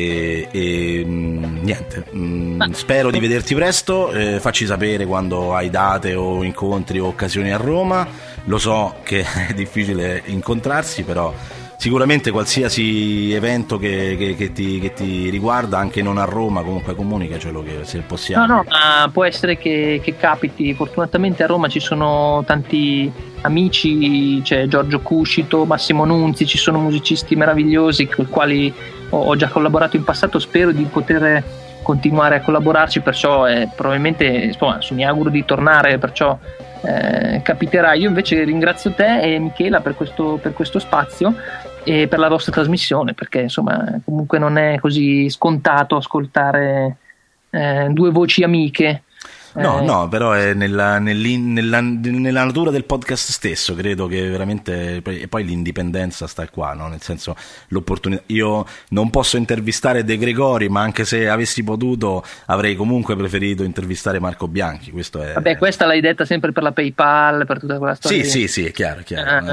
E niente, spero di vederti presto, facci sapere quando hai date o incontri o occasioni a Roma. Lo so che è difficile incontrarsi, però sicuramente qualsiasi evento che ti riguarda, anche non a Roma, comunque comunicacelo, che se possiamo. No, ma può essere che capiti. Fortunatamente a Roma ci sono tanti amici, c'è Giorgio Cuscito, Massimo Nunzi, ci sono musicisti meravigliosi con i quali ho già collaborato in passato, spero di poter continuare a collaborarci, perciò probabilmente insomma mi auguro di tornare, perciò capiterà. Io invece ringrazio te e Michela per questo spazio e per la vostra trasmissione, perché insomma comunque non è così scontato ascoltare 2 voci amiche. No, però è nella natura del podcast stesso, credo che veramente, e poi l'indipendenza sta qua, no? Nel senso, l'opportunità. Io non posso intervistare De Gregori, ma anche se avessi potuto avrei comunque preferito intervistare Marco Bianchi. Questo è... Vabbè, questa l'hai detta sempre per la PayPal, per tutta quella storia. Sì, è chiaro.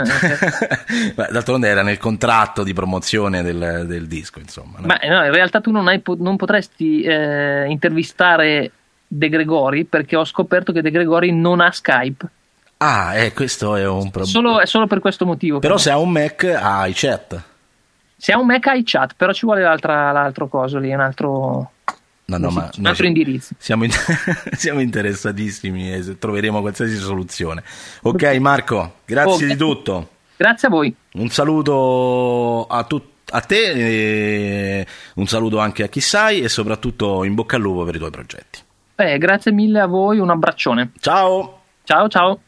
D'altronde era nel contratto di promozione del disco, insomma, no? Ma no, in realtà tu non potresti intervistare De Gregori, perché ho scoperto che De Gregori non ha Skype. Questo è un problema. È solo per questo motivo. Però se ha un Mac ha iChat. Se ha un Mac ha iChat, però ci vuole l'altro coso lì, un altro indirizzo. Siamo interessatissimi e troveremo qualsiasi soluzione. Ok Marco, grazie di tutto. Grazie a voi. Un saluto a te, e un saluto anche a chi sai e soprattutto in bocca al lupo per i tuoi progetti. Grazie mille a voi, un abbraccione. Ciao. Ciao.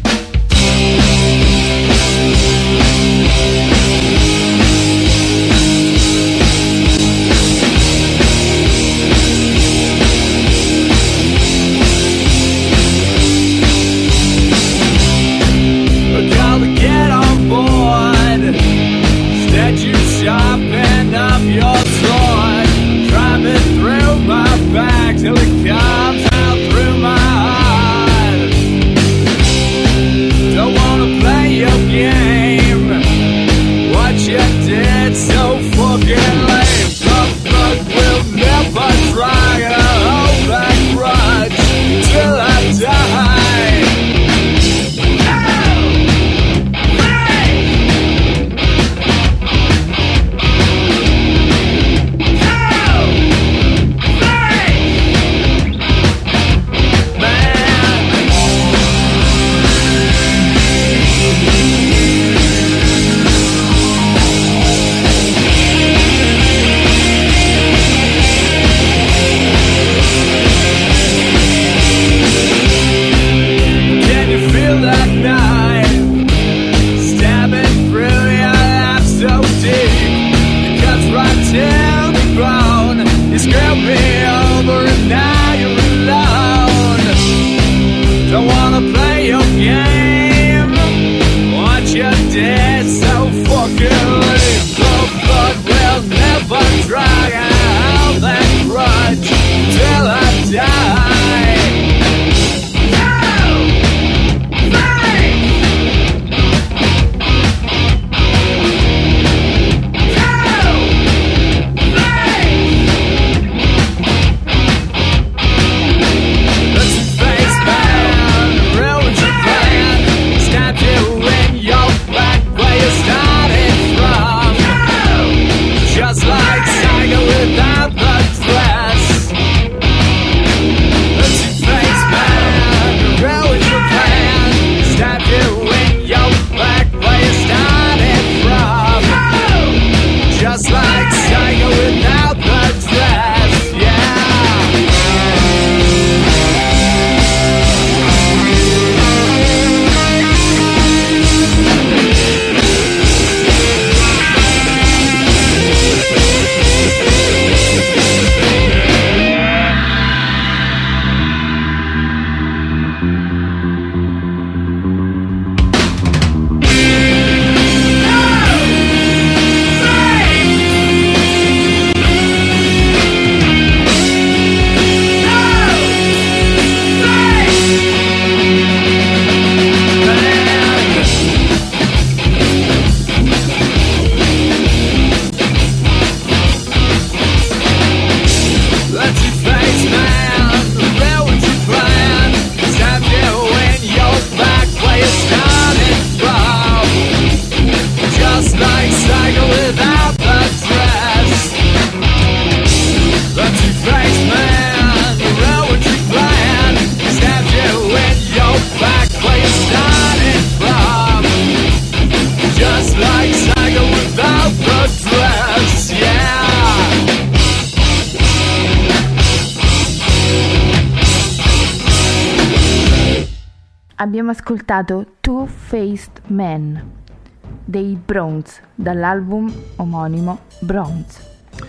Get on board. Instead you sharpen up your sword, driving through my back till it comes out through my heart. Don't wanna play your game. What you did so fucking lame. But we'll never try to hold that grudge till I die. Die. No! Fight! Abbiamo ascoltato Two-Faced Man dei Browns dall'album omonimo Browns.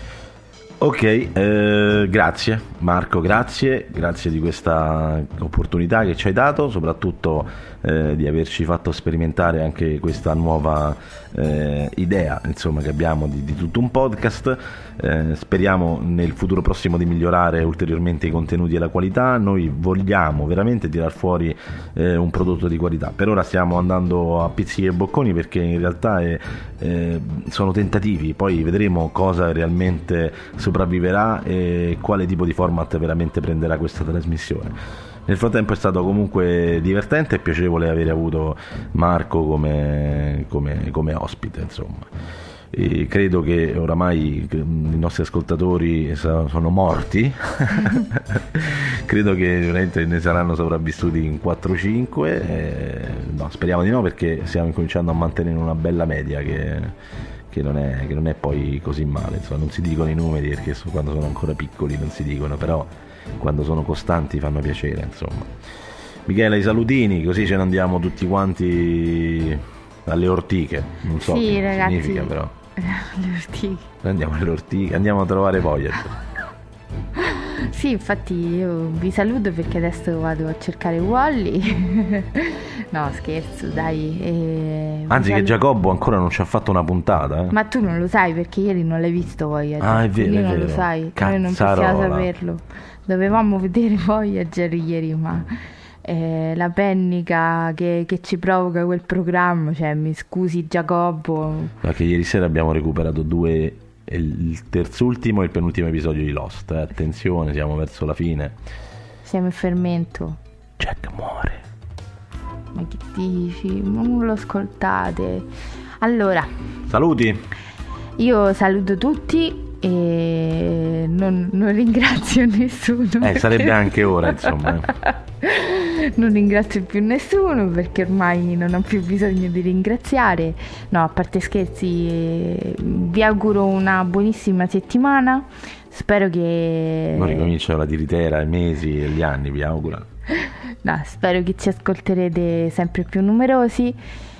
Ok, grazie Marco, grazie di questa opportunità che ci hai dato, soprattutto di averci fatto sperimentare anche questa nuova idea, insomma, che abbiamo di tutto un podcast. Speriamo nel futuro prossimo di migliorare ulteriormente i contenuti e la qualità. Noi vogliamo veramente tirar fuori un prodotto di qualità. Per ora stiamo andando a pizzichi e bocconi perché in realtà sono tentativi, poi vedremo cosa realmente sopravviverà e quale tipo di format veramente prenderà questa trasmissione. Nel frattempo è stato comunque divertente e piacevole avere avuto Marco come ospite, insomma. E credo che oramai i nostri ascoltatori sono morti. Credo che veramente ne saranno sopravvissuti in 4-5. No, speriamo di no, perché stiamo incominciando a mantenere una bella media che non è poi così male, insomma. Non si dicono i numeri perché quando sono ancora piccoli non si dicono, però quando sono costanti fanno piacere, insomma. Michela, i salutini, così ce ne andiamo tutti quanti alle ortiche, non so sì, che ragazzi, significa, però le ortiche. Andiamo alle ortiche, andiamo a trovare Voyager. Sì, infatti io vi saluto perché adesso vado a cercare Wally. No, scherzo, dai. Anzi, che Giacobbo ancora non ci ha fatto una puntata. Ma tu non lo sai perché ieri non l'hai visto Voyager. Ah, è vero, non lo sai, noi non possiamo saperlo. Dovevamo vedere Voyager ieri, ma la pennica che ci provoca quel programma, cioè mi scusi Giacobbo. Perché ieri sera abbiamo recuperato il terzultimo e il penultimo episodio di Lost, attenzione, siamo verso la fine. Siamo in fermento. Jack muore. Ma che dici? Ma non lo ascoltate. Allora, saluti. Io saluto tutti e non ringrazio nessuno. Sarebbe anche ora, insomma. Non ringrazio più nessuno perché ormai non ho più bisogno di ringraziare. No, a parte scherzi, vi auguro una buonissima settimana. Spero che non ricomincia la tiritera, i mesi e gli anni, vi auguro. No, spero che ci ascolterete sempre più numerosi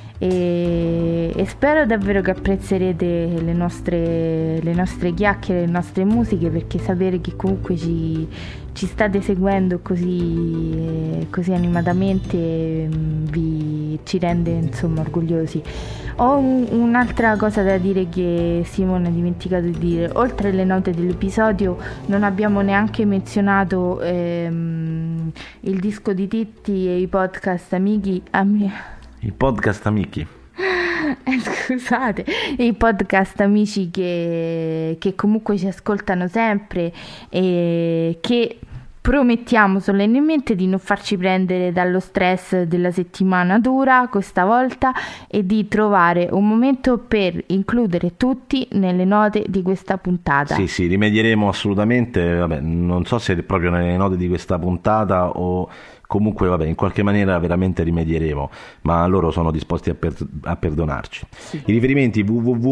e spero davvero che apprezzerete le nostre chiacchiere, le nostre musiche, perché sapere che comunque ci state seguendo così animatamente ci rende, insomma, orgogliosi. Ho un'altra cosa da dire che Simone ha dimenticato di dire. Oltre alle note dell'episodio non abbiamo neanche menzionato il disco di Titti e i podcast amici. I podcast amici. Scusate, i podcast amici che comunque ci ascoltano sempre e che promettiamo solennemente di non farci prendere dallo stress della settimana dura questa volta e di trovare un momento per includere tutti nelle note di questa puntata. Sì, rimedieremo assolutamente. Vabbè, non so se è proprio nelle note di questa puntata o comunque, vabbè, in qualche maniera veramente rimedieremo, ma loro sono disposti a perdonarci. Sì. I riferimenti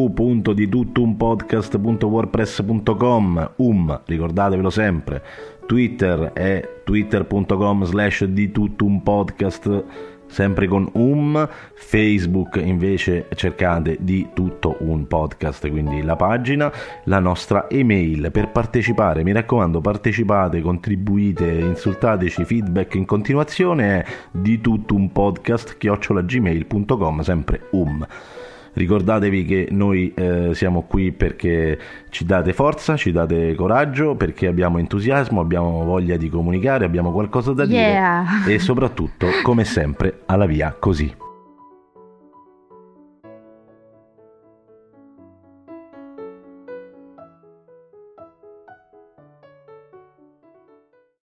www.dituttounpodcast.wordpress.com, ricordatevelo sempre. Twitter è twitter.com/dituttounpodcast, sempre con Facebook invece cercate Di Tutto Un Podcast, quindi la pagina. La nostra email per partecipare, mi raccomando, partecipate, contribuite, insultateci, feedback in continuazione, è dituttounpodcast@gmail.com, sempre Ricordatevi che noi siamo qui perché ci date forza, ci date coraggio, perché abbiamo entusiasmo, abbiamo voglia di comunicare, abbiamo qualcosa da dire e soprattutto, come sempre, alla via così.